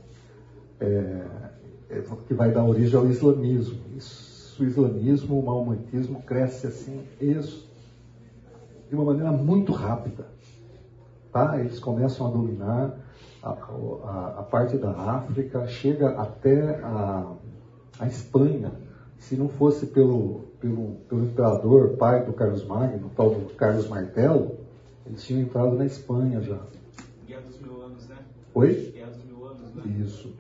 que vai dar origem ao islamismo. O islamismo, o maometismo cresce assim, de uma maneira muito rápida. Tá? Eles começam a dominar a parte da África, chega até a Espanha. Se não fosse pelo imperador, pai do Carlos Magno, o tal do Carlos Martelo, eles tinham entrado na Espanha já. Guerra dos Mil Anos, né? Oi? Guerra dos Mil Anos, né? Isso.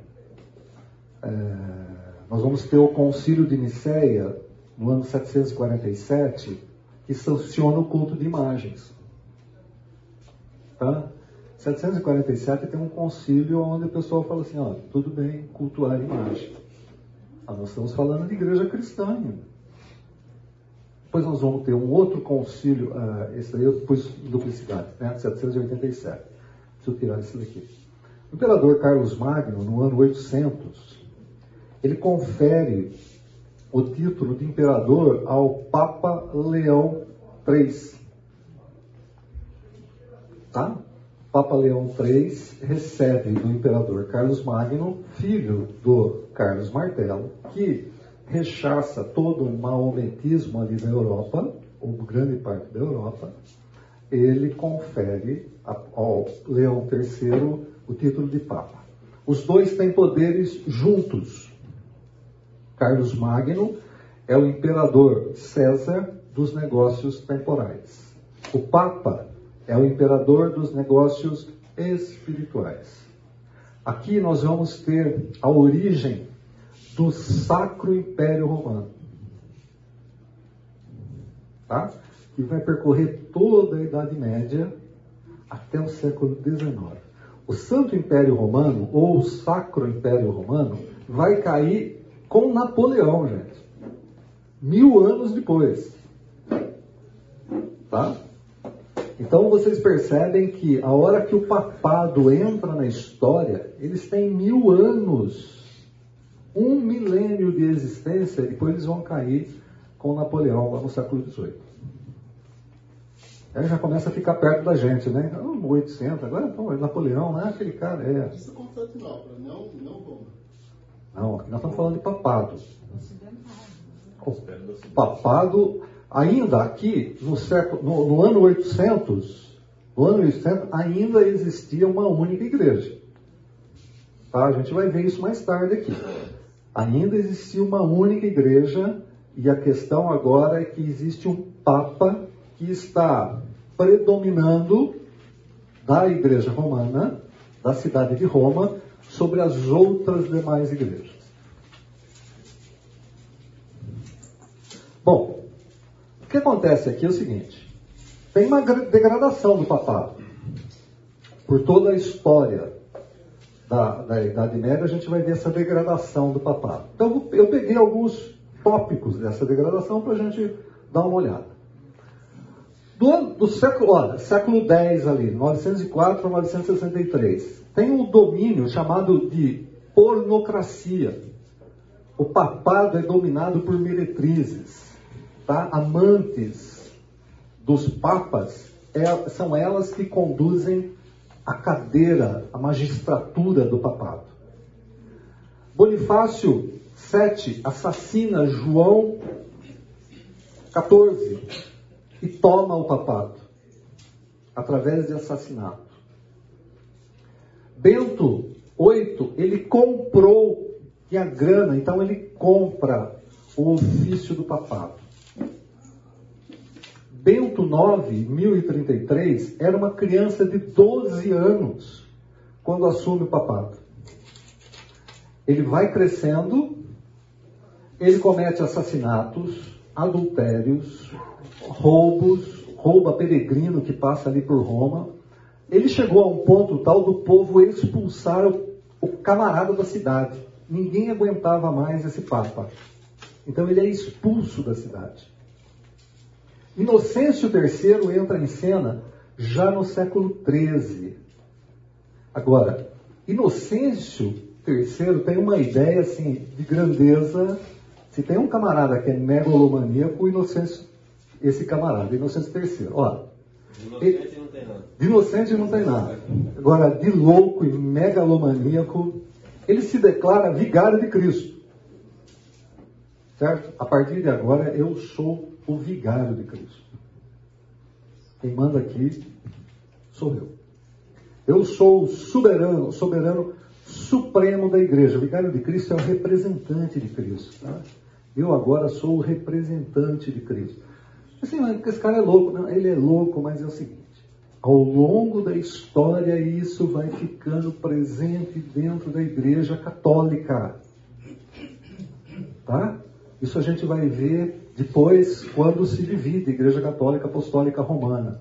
Nós vamos ter o Concílio de Nicéia, no ano 747, que sanciona o culto de imagens. Tá? 747 tem um concílio onde o pessoal fala assim, ó, tudo bem cultuar imagem. Nós estamos falando de igreja cristã. Depois nós vamos ter um outro concílio, esse daí eu pus em duplicidade, né? 787. Preciso tirar esse daqui. O imperador Carlos Magno, no ano 800, ele confere o título de imperador ao Papa Leão III. Tá? Papa Leão III recebe do imperador Carlos Magno, filho do Carlos Martelo, que rechaça todo o maometismo ali na Europa, ou grande parte da Europa. Ele confere ao Leão III o título de Papa. Os dois têm poderes juntos. Carlos Magno é o imperador César dos negócios temporais. O Papa é o imperador dos negócios espirituais. Aqui nós vamos ter a origem do Sacro Império Romano. Tá? Que vai percorrer toda a Idade Média até o século XIX. o Santo Império Romano, ou o Sacro Império Romano, vai cair com Napoleão, gente. 1000 anos depois. Tá? Então vocês percebem que a hora que o papado entra na história, eles têm 1000 anos, 1 milênio de existência, depois eles vão cair com Napoleão lá no século XVIII. Aí já começa a ficar perto da gente, né? 800, agora então, Napoleão, não é aquele cara, é. Isso é Constantinopla, não Roma. Não, aqui nós estamos falando de papado. O papado, ainda aqui, no ano 800, ainda existia uma única igreja. Tá? A gente vai ver isso mais tarde aqui. Ainda existia uma única igreja, e a questão agora é que existe um papa que está predominando da igreja romana, da cidade de Roma, sobre as outras demais igrejas. Bom, o que acontece aqui é o seguinte: tem uma degradação do papado. Por toda a história da Idade Média, a gente vai ver essa degradação do papado. Então, eu peguei alguns tópicos dessa degradação para a gente dar uma olhada. Do século X ali, 904 a 963, tem um domínio chamado de pornocracia. O papado é dominado por meretrizes, tá? Amantes dos papas, são elas que conduzem a cadeira, a magistratura do papado. Bonifácio VII assassina João XIV e toma o papado através de assassinato. Bento VIII, ele comprou, tinha grana, então ele compra o ofício do papado. Bento IX, 1033, era uma criança de 12 anos quando assume o papado. Ele vai crescendo, ele comete assassinatos, adultérios, roubos, rouba peregrino que passa ali por Roma. Ele chegou a um ponto tal do povo expulsar o camarada da cidade. Ninguém aguentava mais esse papa. Então ele é expulso da cidade. Inocêncio III entra em cena já no século XIII. Agora, Inocêncio III tem uma ideia assim, de grandeza. Se tem um camarada que é megalomaníaco, esse camarada, Inocêncio III. Ó, Inocente não tem nada. de inocente não tem nada. Agora, de louco e megalomaníaco, ele se declara vigário de Cristo. Certo? A partir de agora, eu sou o vigário de Cristo. Quem manda aqui sou eu. Eu sou o soberano supremo da igreja. O vigário de Cristo é o representante de Cristo. Tá? Eu agora sou o representante de Cristo. Assim, esse cara é louco. Não, ele é louco, mas é o seguinte. Ao longo da história, isso vai ficando presente dentro da igreja católica. Tá? Isso a gente vai ver depois, quando se divide a Igreja Católica Apostólica Romana.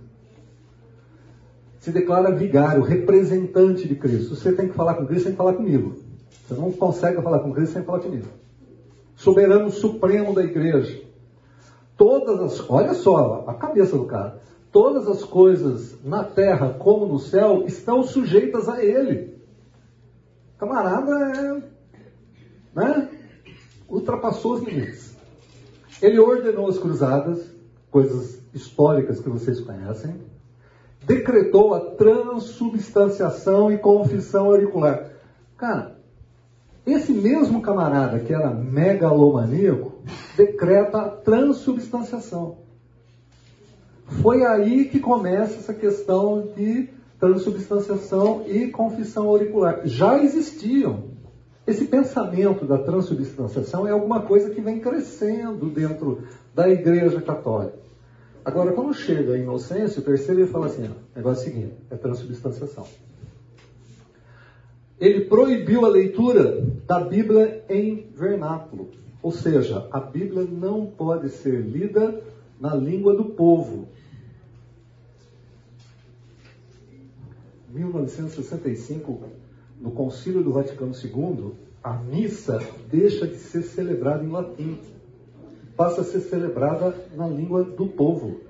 Se declara vigário, representante de Cristo. Você tem que falar com Cristo, tem que falar comigo. Você não consegue falar com Cristo sem falar comigo. Soberano supremo da igreja. Olha só, a cabeça do cara. Todas as coisas na terra como no céu estão sujeitas a ele. Camarada ultrapassou os limites. Ele ordenou as cruzadas, coisas históricas que vocês conhecem. Decretou a transubstanciação e confissão auricular. Cara, esse mesmo camarada que era megalomaníaco, decreta a transubstanciação. Foi aí que começa essa questão de transubstanciação e confissão auricular. Já existiam. Esse pensamento da transubstanciação é alguma coisa que vem crescendo dentro da Igreja Católica. Agora, quando chega a Inocêncio III, ele fala assim, o negócio é o seguinte, é transubstanciação. Ele proibiu a leitura da Bíblia em vernáculo. Ou seja, a Bíblia não pode ser lida na língua do povo. 1965, no Concílio do Vaticano II, a missa deixa de ser celebrada em latim, passa a ser celebrada na língua do povo.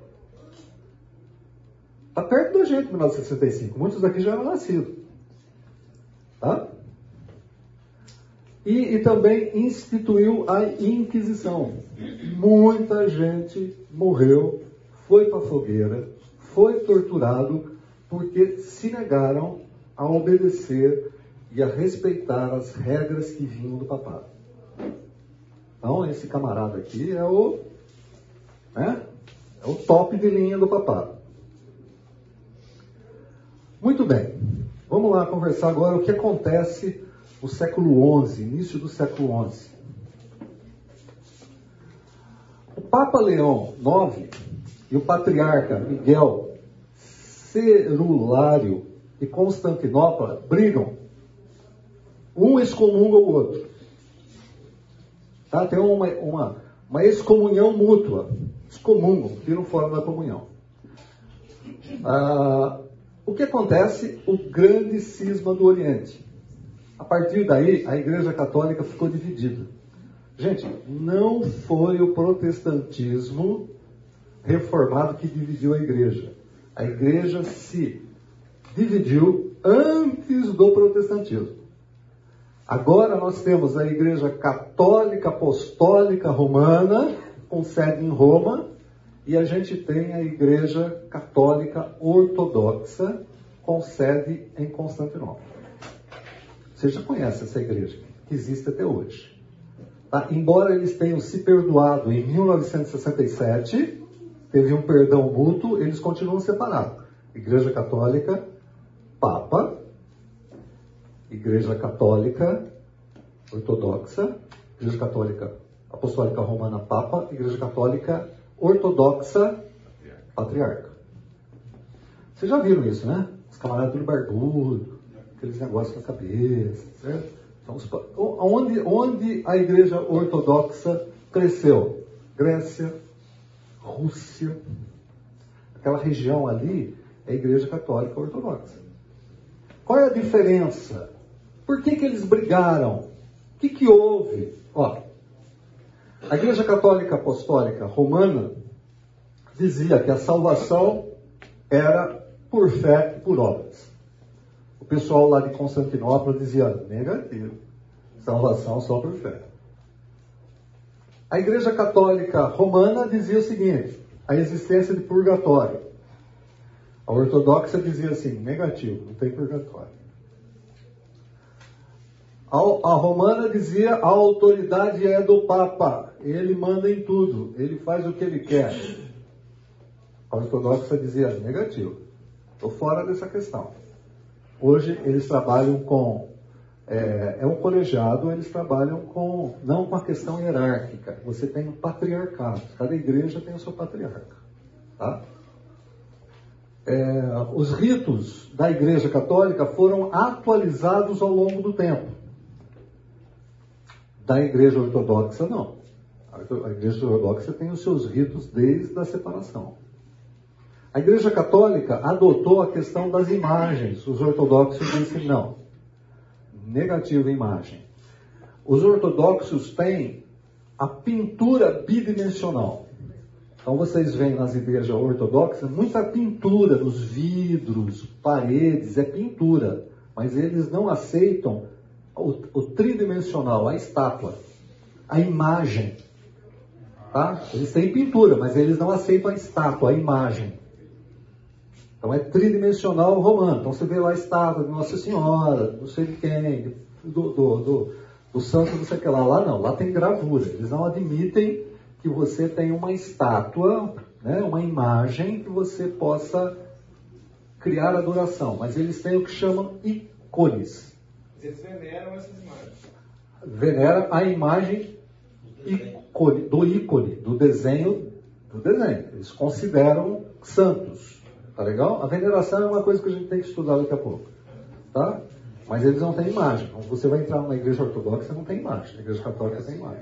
Está perto da gente, 1965. Muitos daqui já eram nascidos. Tá? E também instituiu a Inquisição. Muita gente morreu, foi para a fogueira, foi torturado, porque se negaram a obedecer e a respeitar as regras que vinham do papado. Então, esse camarada aqui é o top de linha do papado. Muito bem. Vamos lá conversar agora o que acontece no século XI, início do século XI. O Papa Leão IX e o patriarca Miguel Cerulário de Constantinopla brigam. Um excomunga o outro. Tá? Tem uma excomunhão mútua. Excomungam, tiram fora da comunhão. O que acontece? O grande cisma do Oriente. A partir daí, a Igreja Católica ficou dividida. Gente, não foi o protestantismo reformado que dividiu a Igreja. A Igreja se dividiu antes do protestantismo. Agora nós temos a Igreja Católica Apostólica Romana, com sede em Roma, e a gente tem a Igreja Católica Ortodoxa, com sede em Constantinopla. Você já conhece essa igreja, que existe até hoje. Tá? Embora eles tenham se perdoado em 1967, teve um perdão mútuo, eles continuam separados. Igreja Católica, Papa, Igreja Católica Ortodoxa, Igreja Católica Apostólica Romana, Papa, Igreja Católica Ortodoxa, Patriarca. Vocês já viram isso, né? Os camaradas tudo barbudo, aqueles negócios na cabeça, certo? Então, onde a Igreja Ortodoxa cresceu? Grécia, Rússia, aquela região ali é a Igreja Católica Ortodoxa. Qual é a diferença? Por que eles brigaram? O que houve? A Igreja Católica Apostólica Romana dizia que a salvação era por fé e por obras. O pessoal lá de Constantinopla dizia negativo. Salvação só por fé. A Igreja Católica Romana dizia o seguinte: a existência de purgatório. A ortodoxa dizia assim, negativo, não tem purgatório. A romana dizia, a autoridade é do Papa, ele manda em tudo, ele faz o que ele quer. A ortodoxa dizia, negativo, estou fora dessa questão. Hoje eles trabalham com, é um colegiado, eles trabalham com, não com a questão hierárquica, você tem um patriarcado, cada igreja tem o seu patriarca. Tá? Os ritos da Igreja Católica foram atualizados ao longo do tempo. Da Igreja Ortodoxa, não. A Igreja Ortodoxa tem os seus ritos desde a separação. A Igreja Católica adotou a questão das imagens. Os ortodoxos dizem não. Negativa imagem. Os ortodoxos têm a pintura bidimensional. Então vocês veem nas igrejas ortodoxas muita pintura nos vidros, paredes, é pintura. Mas eles não aceitam o tridimensional, a estátua, a imagem. Tá? Eles têm pintura, mas eles não aceitam a estátua, a imagem. Então é tridimensional romano. Então você vê lá a estátua de Nossa Senhora, não sei de quem, do santo, não sei o que lá. Lá não, lá tem gravura. Eles não admitem que você tenha uma estátua, né, uma imagem que você possa criar adoração. Mas eles têm o que chamam ícones. Eles veneram essas imagens. Venera a imagem do ícone, do desenho. Eles consideram santos. Tá legal? A veneração é uma coisa que a gente tem que estudar daqui a pouco. Tá? Mas eles não têm imagem. Então, você vai entrar numa igreja ortodoxa, não tem imagem. Na igreja católica tem imagem.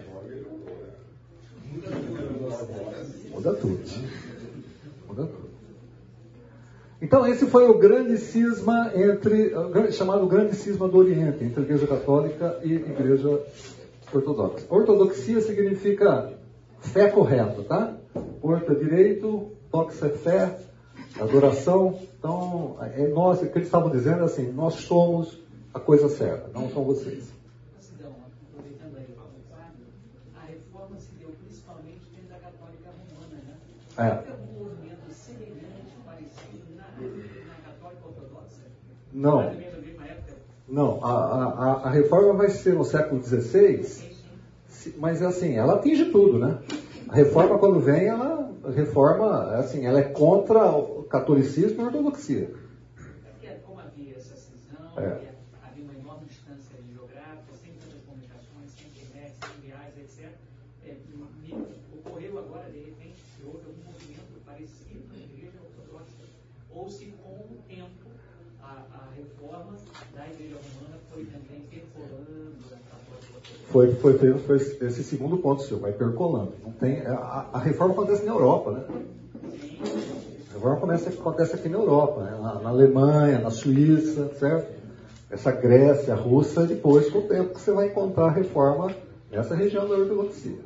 Muda tudo. Muda tudo. Então, esse foi o grande cisma chamado grande cisma do Oriente, entre a Igreja Católica e a Igreja Ortodoxa. Ortodoxia significa fé correta, tá? Orto é direito, doxa é fé, adoração. Então, nós, o que eles estavam dizendo é assim, nós somos a coisa certa, não são vocês. Aproveitando aí o Fábio, a reforma se deu principalmente dentro da Católica Romana, né? Teve algum movimento semelhante, parecido na Católica Ortodoxa? Não. Não, a reforma vai ser no século XVI, mas assim, ela atinge tudo, né? A reforma, quando vem, ela é contra o catolicismo e a ortodoxia. Porque como havia essa cisão, havia uma enorme distância geográfica, sem tantas comunicações, sem internet, sem viagens, etc. Me ocorreu agora, de repente, se houve algum movimento parecido na Igreja Ortodoxa, ou se com o tempo a reforma da Igreja Romana foi também percolando na Católica Ortodoxa. Foi esse segundo ponto seu, vai percolando. Não tem, a reforma acontece na Europa, né? A reforma acontece aqui na Europa, né? Na Alemanha, na Suíça, certo? Essa Grécia, a Rússia, depois, com o tempo, que você vai encontrar a reforma nessa região da ortodoxia.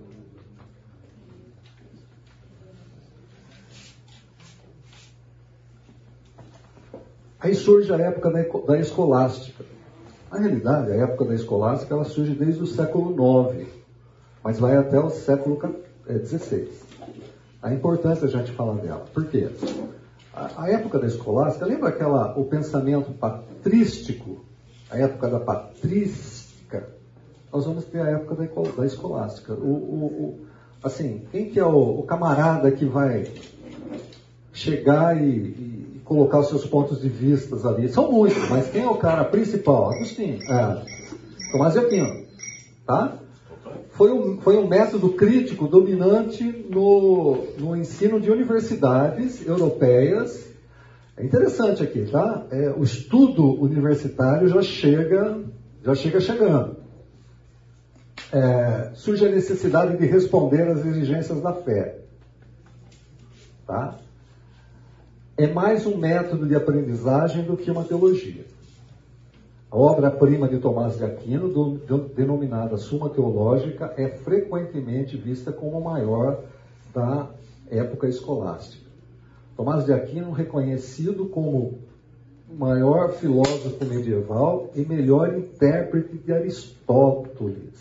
Aí surge a época da escolástica. Na realidade, a época da escolástica ela surge desde o século IX, mas vai até o século XVI. A importância de a gente falar dela. Por quê? A época da escolástica, lembra o pensamento patrístico? A época da patrística? Nós vamos ter a época da escolástica. Assim, quem que é o camarada que vai chegar e colocar os seus pontos de vista ali? São muitos, mas quem é o cara principal? Agostinho. Tomás de Aquino. Tá? Foi um método crítico dominante no ensino de universidades europeias. É interessante aqui, tá? O estudo universitário já chega chegando. Surge a necessidade de responder às exigências da fé. Tá? É mais um método de aprendizagem do que uma teologia. A obra-prima de Tomás de Aquino, denominada Suma Teológica, é frequentemente vista como a maior da época escolástica. Tomás de Aquino, reconhecido como o maior filósofo medieval e melhor intérprete de Aristóteles.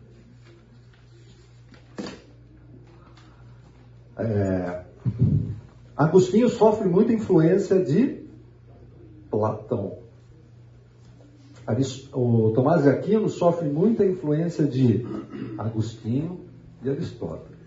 Agostinho sofre muita influência de Platão. O Tomás de Aquino sofre muita influência de Agostinho e Aristóteles.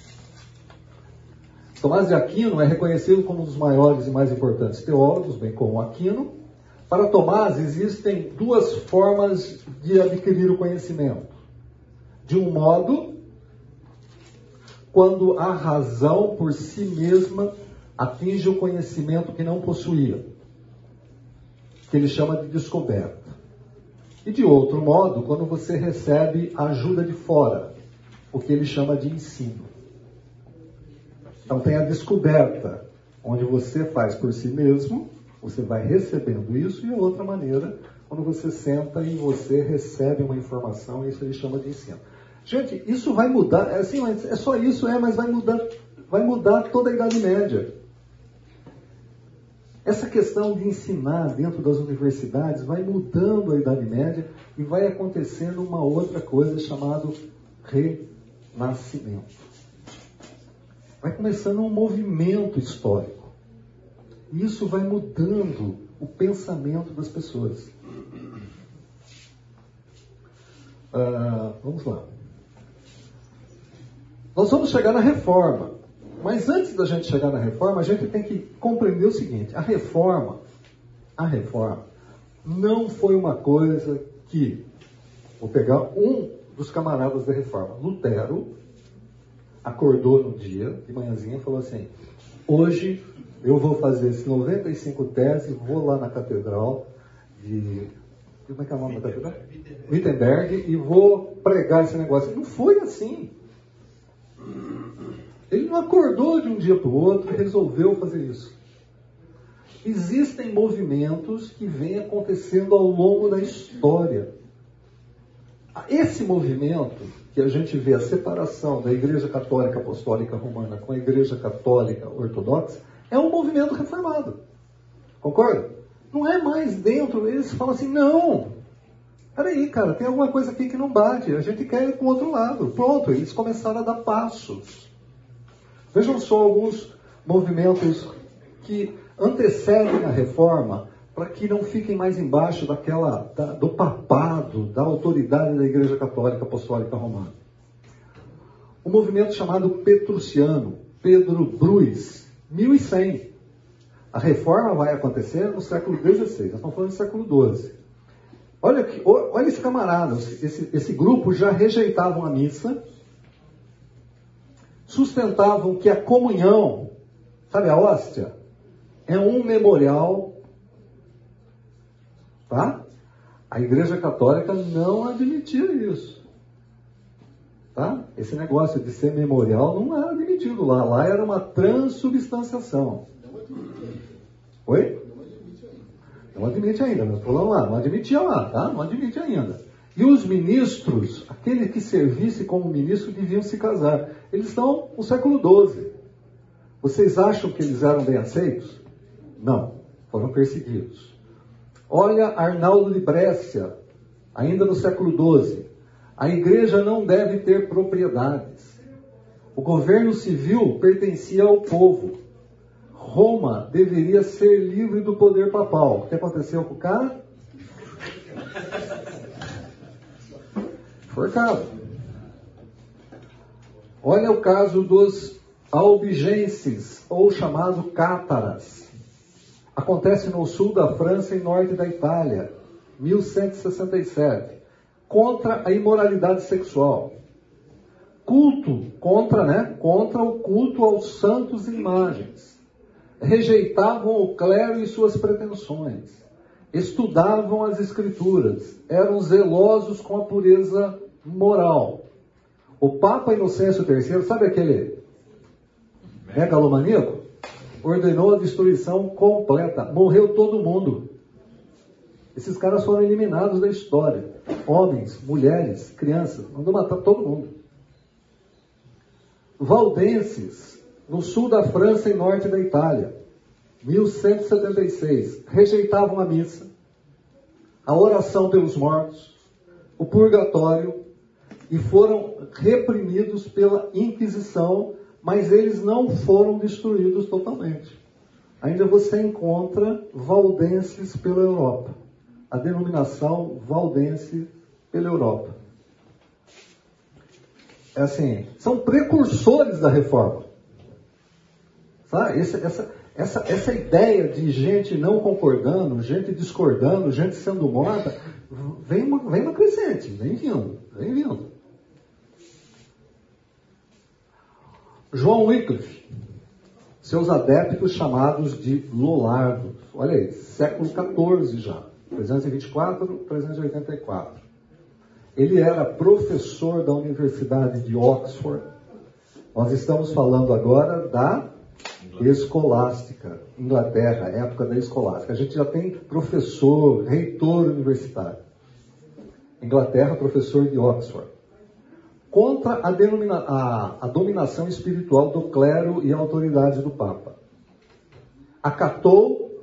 Tomás de Aquino é reconhecido como um dos maiores e mais importantes teólogos, bem como Aquino. Para Tomás existem duas formas de adquirir o conhecimento. De um modo, quando a razão por si mesma atinge o conhecimento que não possuía, que ele chama de descoberta. E de outro modo, quando você recebe ajuda de fora, o que ele chama de ensino. Então tem a descoberta, onde você faz por si mesmo, você vai recebendo isso, e a outra maneira, quando você senta e você recebe uma informação, isso ele chama de ensino. Gente, isso vai mudar, é só isso, mas vai mudar toda a Idade Média. Essa questão de ensinar dentro das universidades vai mudando a Idade Média e vai acontecendo uma outra coisa chamada renascimento. Vai começando um movimento histórico. E isso vai mudando o pensamento das pessoas. Vamos lá. Nós vamos chegar na reforma. Mas antes da gente chegar na reforma, a gente tem que compreender o seguinte: a reforma não foi uma coisa que, vou pegar um dos camaradas da reforma, Lutero, acordou no dia, de manhãzinha, e falou assim: hoje eu vou fazer esses 95 teses, vou lá na catedral de... Como é que é o nome da catedral? Wittenberg, e vou pregar esse negócio. Não foi assim. Ele não acordou de um dia para o outro e resolveu fazer isso. Existem movimentos que vêm acontecendo ao longo da história. Esse movimento, que a gente vê a separação da Igreja Católica Apostólica Romana com a Igreja Católica Ortodoxa, é um movimento reformado. Concorda? Não é mais dentro, eles falam assim, não, peraí, cara, tem alguma coisa aqui que não bate, a gente quer ir para o outro lado. Pronto, eles começaram a dar passos. Vejam só alguns movimentos que antecedem a reforma, para que não fiquem mais embaixo do papado, da autoridade da Igreja Católica Apostólica Romana. O movimento chamado Petruciano, Pedro Bruis, 1100. A reforma vai acontecer no século XVI, nós estamos falando do século XII. Olha esse camarada, esse grupo já rejeitavam a missa, sustentavam que a comunhão, sabe a hóstia, é um memorial, tá? A Igreja Católica não admitia isso, tá? Esse negócio de ser memorial não era admitido lá. Lá era uma transubstanciação. Oi? Não admite ainda, nós falamos lá, não admitia lá, tá? Não admite ainda. E os ministros, aqueles que servissem como ministro, deviam se casar. Eles estão no século XII. Vocês acham que eles eram bem aceitos? Não, foram perseguidos. Olha Arnaldo de Brescia, ainda no século XII. A igreja não deve ter propriedades. O governo civil pertencia ao povo. Roma deveria ser livre do poder papal. O que aconteceu com o cara? Forcado. Olha o caso dos albigenses, ou chamado cátaras. Acontece no sul da França e norte da Itália, 1167. Contra a imoralidade sexual. Contra o culto aos santos e imagens. Rejeitavam o clero e suas pretensões. Estudavam as escrituras. Eram zelosos com a pureza moral. O Papa Inocêncio III, sabe aquele megalomaníaco? Ordenou a destruição completa. Morreu todo mundo. Esses caras foram eliminados da história. Homens, mulheres, crianças. Mandou matar todo mundo. Valdenses, no sul da França e norte da Itália, 1176, rejeitavam a missa, a oração pelos mortos, o purgatório, e foram reprimidos pela Inquisição, mas eles não foram destruídos totalmente. Ainda você encontra valdenses pela Europa, a denominação valdense pela Europa. É assim, são precursores da reforma. Sabe? Essa ideia de gente não concordando, gente discordando, gente sendo morta, vem uma crescente, vem vindo. João Wycliffe, seus adeptos chamados de Lollardos, olha aí, século XIV já, 324, 384. Ele era professor da Universidade de Oxford. Nós estamos falando agora da escolástica, Inglaterra, época da escolástica. A gente já tem professor, reitor universitário. Inglaterra, professor de Oxford. Contra a dominação espiritual do clero e a autoridade do Papa. Atacou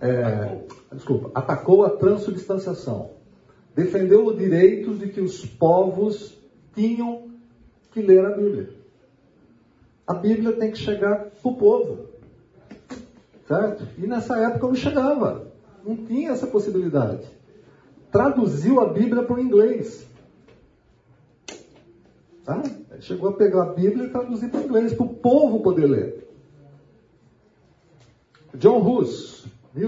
a transubstanciação. Defendeu o direito de que os povos tinham que ler a Bíblia. A Bíblia tem que chegar para o povo. Certo? E nessa época não chegava. Não tinha essa possibilidade. Traduziu a Bíblia para o inglês. Tá? Chegou a pegar a Bíblia e traduzir para o inglês, para o povo poder ler. John Hus,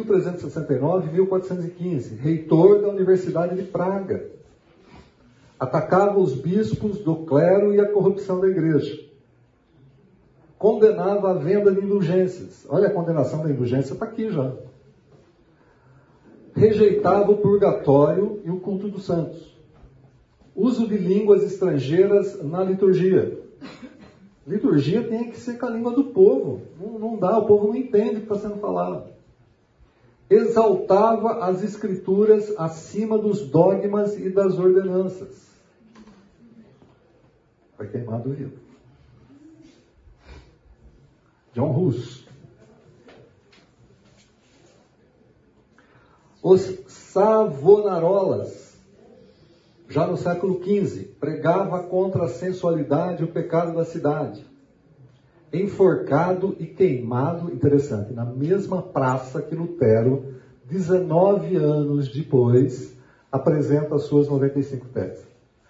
1369-1415, reitor da Universidade de Praga. Atacava os bispos do clero e a corrupção da igreja. Condenava a venda de indulgências. Olha, a condenação da indulgência está aqui já. Rejeitava o purgatório e o culto dos santos. Uso de línguas estrangeiras na liturgia. Liturgia tem que ser com a língua do povo. Não dá, o povo não entende o que está sendo falado. exaltava as escrituras acima dos dogmas e das ordenanças. Foi queimado vivo. John Hus. Os Savonarolas, já no século XV, pregava contra a sensualidade e o pecado da cidade. Enforcado e queimado, interessante, na mesma praça que Lutero, 19 anos depois, apresenta as suas 95 teses.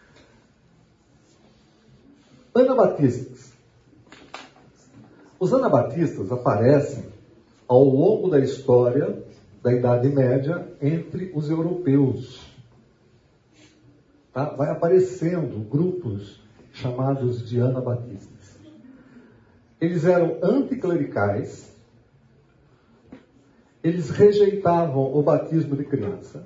Anabatistas. Os anabatistas aparecem ao longo da história da Idade Média entre os europeus. Tá? Vai aparecendo grupos chamados de anabatistas. Eles eram anticlericais, eles rejeitavam o batismo de criança,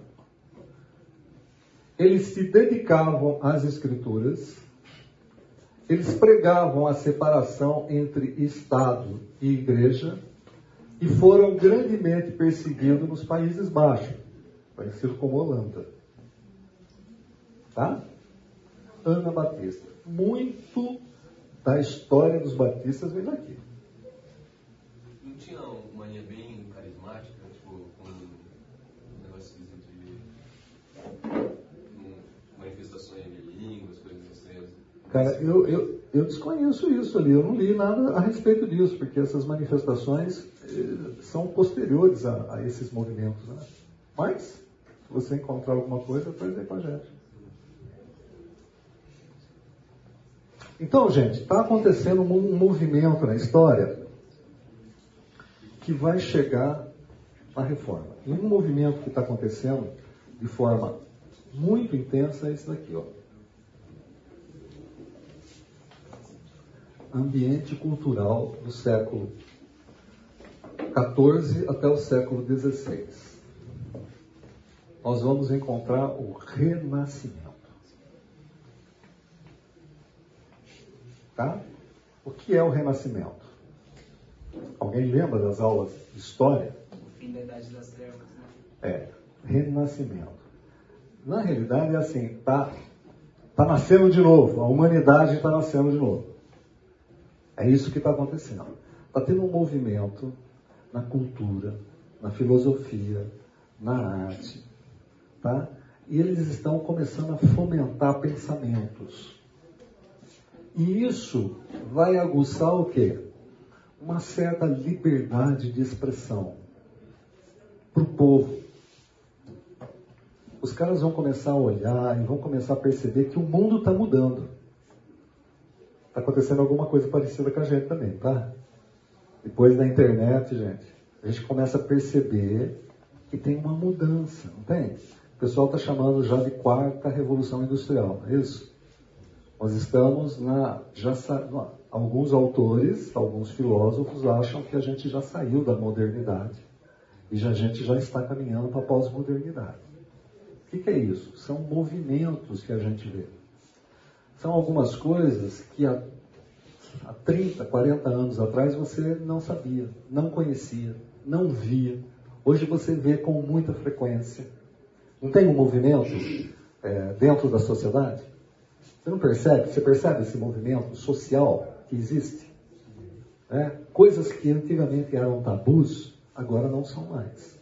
eles se dedicavam às escrituras, eles pregavam a separação entre Estado e Igreja e foram grandemente perseguidos nos Países Baixos, conhecido como Holanda. Tá? Anabatista. Muito da história dos batistas vem daqui. Não tinha uma linha bem carismática, tipo, com um negócio de manifestações de línguas, coisas assim? Cara, eu desconheço isso ali, eu não li nada a respeito disso, porque essas manifestações são posteriores a esses movimentos, né? Mas, se você encontrar alguma coisa, traz aí com a gente. Então, gente, está acontecendo um movimento na história que vai chegar na reforma. E um movimento que está acontecendo de forma muito intensa é esse daqui, ó. Ambiente cultural do século XIV até o século XVI. Nós vamos encontrar o Renascimento. Tá? O que é o Renascimento? Alguém lembra das aulas de história? O fim da Idade das Trevas, né? É, Renascimento. Na realidade é assim, tá nascendo de novo, a humanidade está nascendo de novo. É isso que está acontecendo. Está tendo um movimento na cultura, na filosofia, na arte, tá? E eles estão começando a fomentar pensamentos. E isso vai aguçar o quê? Uma certa liberdade de expressão para o povo. Os caras vão começar a olhar e vão começar a perceber que o mundo está mudando. Está acontecendo alguma coisa parecida com a gente também, tá? Depois da internet, gente, a gente começa a perceber que tem uma mudança, não tem? O pessoal está chamando já de quarta revolução industrial, não é isso? Nós estamos alguns autores, alguns filósofos acham que a gente já saiu da modernidade e a gente já está caminhando para a pós-modernidade. O que é isso? São movimentos que a gente vê. São algumas coisas que há 30, 40 anos atrás você não sabia, não conhecia, não via. Hoje você vê com muita frequência. Não tem um movimento dentro da sociedade? Você não percebe? Você percebe esse movimento social que existe? Coisas que antigamente eram tabus, agora não são mais.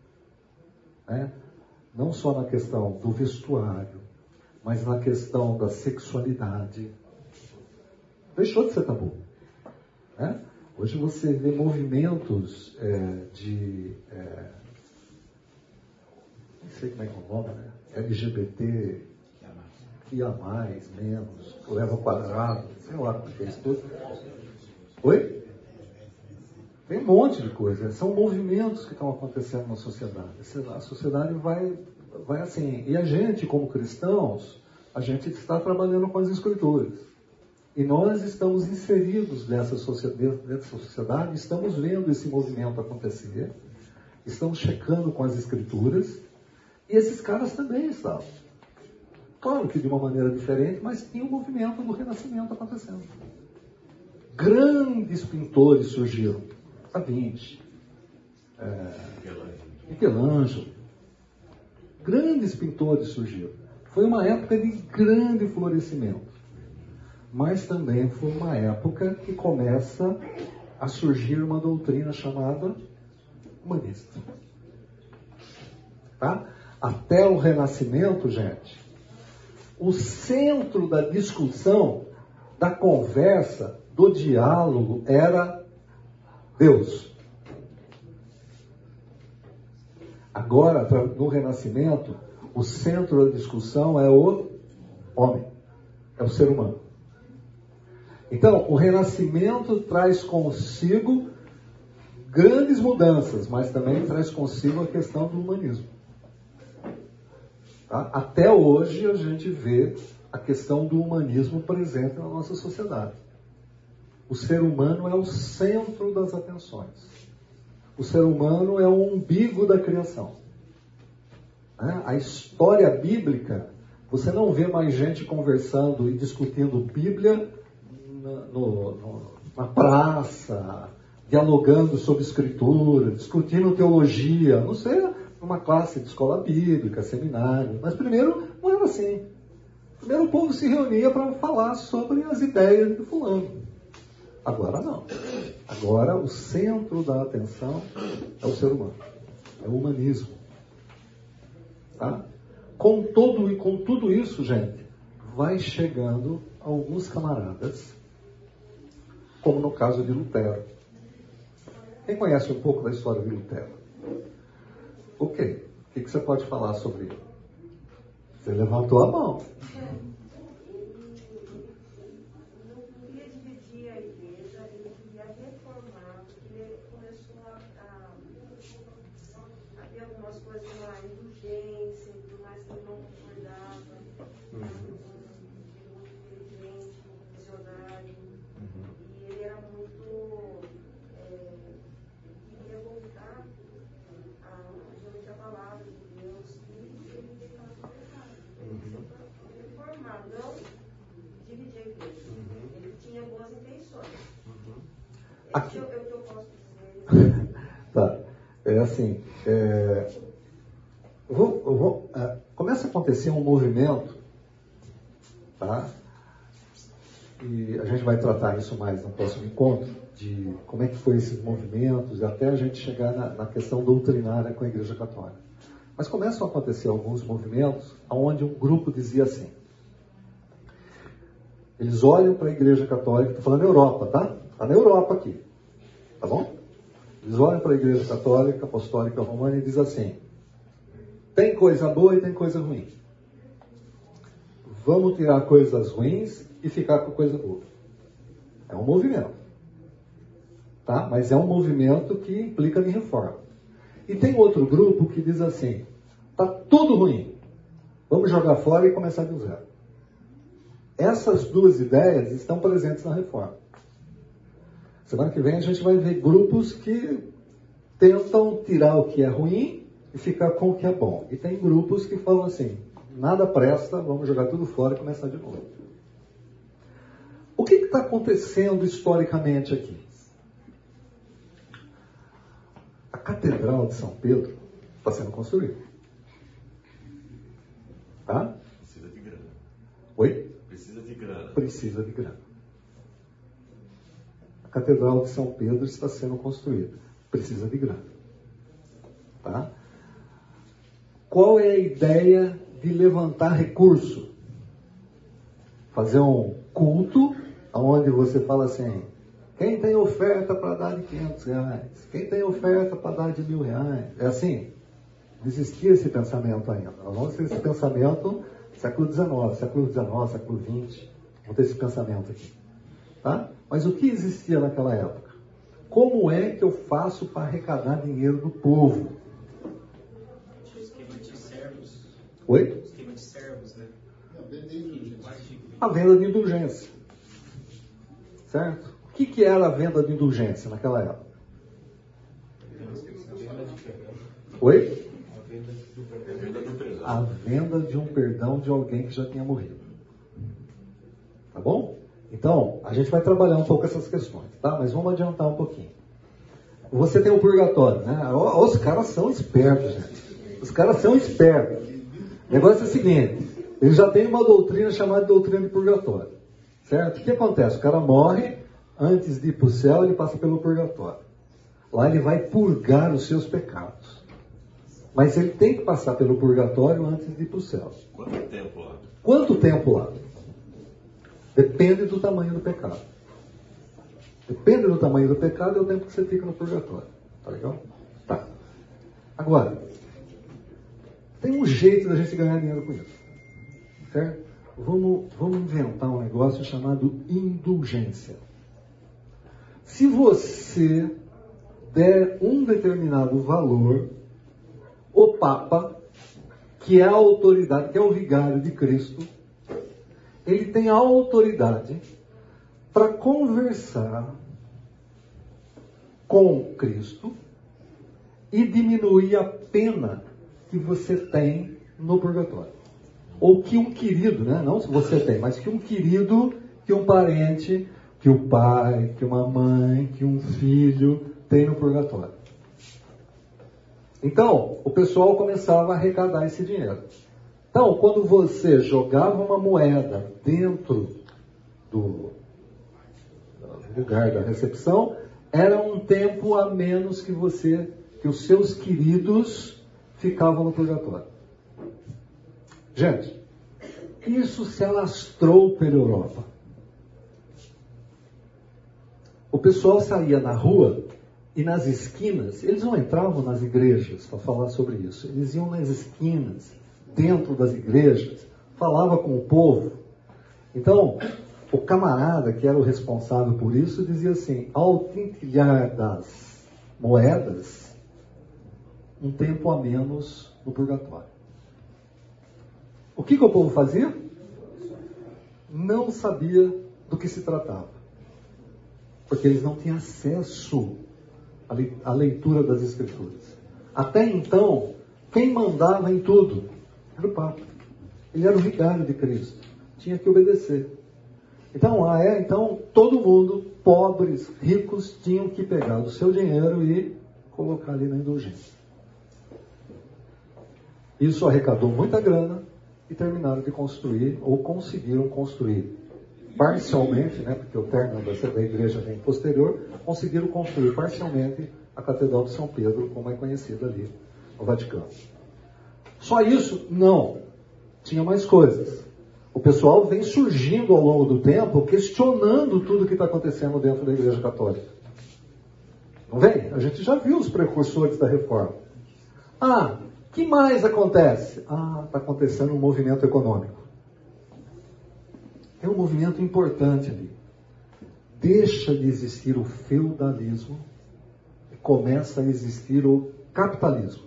Não só na questão do vestuário, mas na questão da sexualidade. Deixou de ser tabu. Hoje você vê movimentos não sei como é que é o nome, né? LGBT, que a mais, menos, leva ao quadrado, sei lá como é isso tudo. Oi? Tem um monte de coisa. São movimentos que estão acontecendo na sociedade. A sociedade vai assim. E a gente, como cristãos, a gente está trabalhando com as escrituras. E nós estamos inseridos dentro dessa sociedade, estamos vendo esse movimento acontecer, estamos checando com as escrituras, e esses caras também estavam. Claro que de uma maneira diferente, mas tinha um movimento do Renascimento acontecendo. Grandes pintores surgiram. Da Vinci, Michelangelo. Grandes pintores surgiram. Foi uma época de grande florescimento. Mas também foi uma época que começa a surgir uma doutrina chamada humanista. Tá? Até o Renascimento, gente, o centro da discussão, da conversa, do diálogo era Deus. Agora, no Renascimento, o centro da discussão é o homem, é o ser humano. Então, o Renascimento traz consigo grandes mudanças, mas também traz consigo a questão do humanismo. Tá? Até hoje a gente vê a questão do humanismo presente na nossa sociedade. O ser humano é o centro das atenções. O ser humano é o umbigo da criação. A história bíblica, você não vê mais gente conversando e discutindo Bíblia na praça, dialogando sobre escritura, discutindo teologia, não sei, numa classe de escola bíblica, seminário. Mas primeiro não era assim. Primeiro o povo se reunia para falar sobre as ideias de fulano. Agora não. Agora o centro da atenção é o ser humano. É o humanismo. Tá? Com tudo isso, gente, vai chegando alguns camaradas, como no caso de Lutero. Quem conhece um pouco da história de Lutero? Ok. O que você pode falar sobre ele? Você levantou a mão. Aqui. Tá. É assim, começa a acontecer um movimento, tá? E a gente vai tratar isso mais no próximo encontro, de como é que foi esses movimentos, até a gente chegar na questão doutrinária com a Igreja Católica. Mas começam a acontecer alguns movimentos onde um grupo dizia assim, eles olham para a Igreja Católica, estou falando na Europa, tá? Está na Europa aqui, tá bom? Eles olham para a Igreja Católica, Apostólica Romana e dizem assim, tem coisa boa e tem coisa ruim. Vamos tirar coisas ruins e ficar com coisa boa. É um movimento. Tá? Mas é um movimento que implica em reforma. E tem outro grupo que diz assim, está tudo ruim. Vamos jogar fora e começar do zero. Essas duas ideias estão presentes na reforma. Semana que vem a gente vai ver grupos que tentam tirar o que é ruim e ficar com o que é bom. E tem grupos que falam assim, nada presta, vamos jogar tudo fora e começar de novo. O que está acontecendo historicamente aqui? A Catedral de São Pedro está sendo construída. Tá? Precisa de grana. Oi? Precisa de grana. Precisa de grana. A Catedral de São Pedro está sendo construída. Precisa de grana. Tá? Qual é a ideia de levantar recurso? Fazer um culto onde você fala assim, quem tem oferta para dar de R$500? Quem tem oferta para dar de R$1.000? É assim? Não existia esse pensamento ainda. Nós vamos ter esse pensamento século XIX, século XX. Vamos ter esse pensamento aqui. Tá? Mas o que existia naquela época? Como é que eu faço para arrecadar dinheiro do povo? Esquema de servos. Oi? Esquema de servos, né? A venda de indulgência. Certo? O que era a venda de indulgência naquela época? Oi? A venda de um perdão de alguém que já tinha morrido. Tá bom? Então, a gente vai trabalhar um pouco essas questões, tá? Mas vamos adiantar um pouquinho. você tem o purgatório, né? Os caras são espertos, gente. Os caras são espertos. O negócio é o seguinte, eles já têm uma doutrina chamada doutrina de purgatório. Certo? O que acontece? O cara morre, antes de ir para o céu, ele passa pelo purgatório. Lá ele vai purgar os seus pecados. Mas ele tem que passar pelo purgatório antes de ir para o céu. Quanto tempo lá? Quanto tempo lá? Depende do tamanho do pecado. Depende do tamanho do pecado, é o tempo que você fica no purgatório. Tá legal? Tá. Agora, tem um jeito da gente ganhar dinheiro com isso. Certo? Vamos inventar um negócio chamado indulgência. Se você der um determinado valor, o Papa, que é a autoridade, que é o vigário de Cristo, ele tem a autoridade para conversar com Cristo e diminuir a pena que você tem no purgatório. Ou que um querido, né? Não se você tem, mas que um querido, que um parente, que o pai, que uma mãe, que um filho tem no purgatório. Então, o pessoal começava a arrecadar esse dinheiro. Então, quando você jogava uma moeda dentro do lugar da recepção, era um tempo a menos que os seus queridos ficavam no purgatório. Gente, isso se alastrou pela Europa. O pessoal saía na rua e nas esquinas, eles não entravam nas igrejas para falar sobre isso. Eles iam nas esquinas, dentro das igrejas, falava com o povo. Então, o camarada que era o responsável por isso dizia assim, ao tintilhar das moedas, um tempo a menos no purgatório. O que o povo fazia? Não sabia do que se tratava. Porque eles não tinham acesso à leitura das Escrituras. Até então, quem mandava em tudo era o Papa. Ele era o vigário de Cristo. Tinha que obedecer. Então todo mundo, pobres, ricos, tinham que pegar o seu dinheiro e colocar ali na indulgência. Isso arrecadou muita grana e terminaram de construir, ou conseguiram construir parcialmente, né, porque o término da igreja vem posterior, conseguiram construir parcialmente a Catedral de São Pedro, como é conhecida ali no Vaticano. Só isso? Não. Tinha mais coisas. O pessoal vem surgindo ao longo do tempo, questionando tudo que está acontecendo dentro da Igreja Católica. Não vem? A gente já viu os precursores da reforma. O que mais acontece? Está acontecendo um movimento econômico. É um movimento importante ali. Deixa de existir o feudalismo e começa a existir o capitalismo.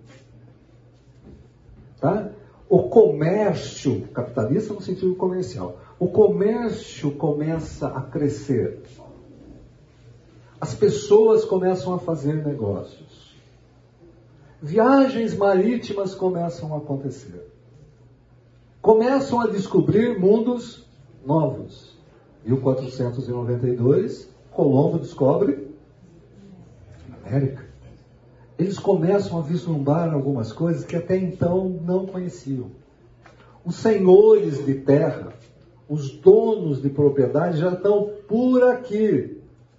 Tá? O comércio capitalista no sentido comercial. O comércio começa a crescer. As pessoas começam a fazer negócios. Viagens marítimas começam a acontecer. Começam a descobrir mundos novos. 1492, Colombo descobre América. Eles começam a vislumbrar algumas coisas que até então não conheciam. Os senhores de terra, os donos de propriedade já estão por aqui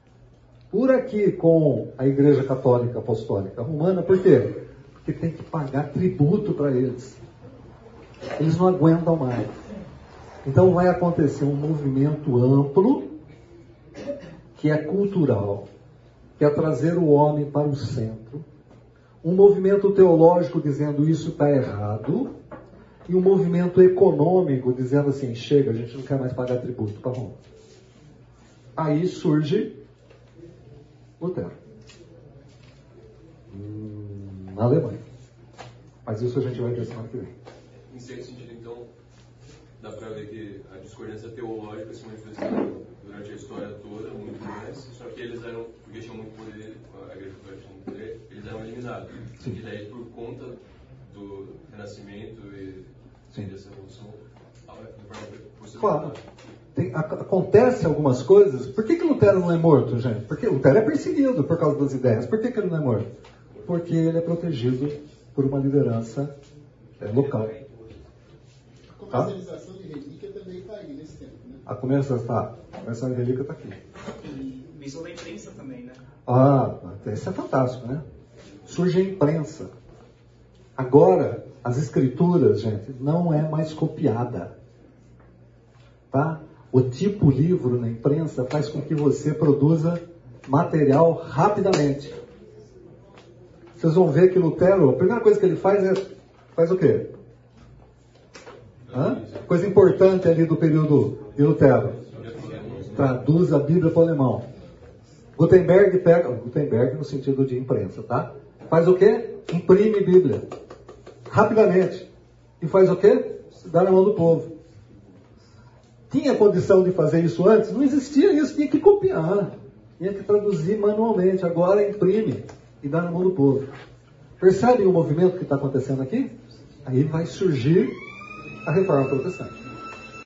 com a Igreja Católica Apostólica Romana. Por quê? Porque tem que pagar tributo para eles. Eles não aguentam mais. Então vai acontecer um movimento amplo, que é cultural, que é trazer o homem para o centro, um movimento teológico dizendo isso está errado, e um movimento econômico dizendo assim, chega, a gente não quer mais pagar tributo para Roma. Aí surge Lutero, na Alemanha. Mas isso a gente vai ver semana que vem. Em certo sentido, então, dá para ver que a discordância teológica se manifestou durante a história toda, muito mais, só que eles eram, porque tinham muito poder, a Igreja Católica tinha muito poder, eles eram eliminados. Sim. E daí, por conta do Renascimento e dessa revolução, Claro. Acontece algumas coisas. Por que Lutero não é morto, gente? Porque Lutero é perseguido por causa das ideias. Por que ele não é morto? Porque ele é protegido por uma liderança local. A comercialização de relíquia também está aí nesse tempo, né? A comercialização de relíquia está aqui. E isso da imprensa também, né? Isso é fantástico, né? Surge a imprensa. Agora, as escrituras, gente, não é mais copiada. Tá? O tipo livro na imprensa faz com que você produza material rapidamente. Vocês vão ver que Lutero, a primeira coisa que ele faz o quê? Coisa importante ali do período de Lutero. Traduz a Bíblia para o alemão. Gutenberg no sentido de imprensa, tá? Faz o quê? Imprime Bíblia. Rapidamente. E faz o quê? Dá na mão do povo. Tinha condição de fazer isso antes? Não existia isso, tinha que copiar. Tinha que traduzir manualmente. Agora imprime e dá na mão do povo. Percebem o movimento que está acontecendo aqui? Aí vai surgir a Reforma Protestante.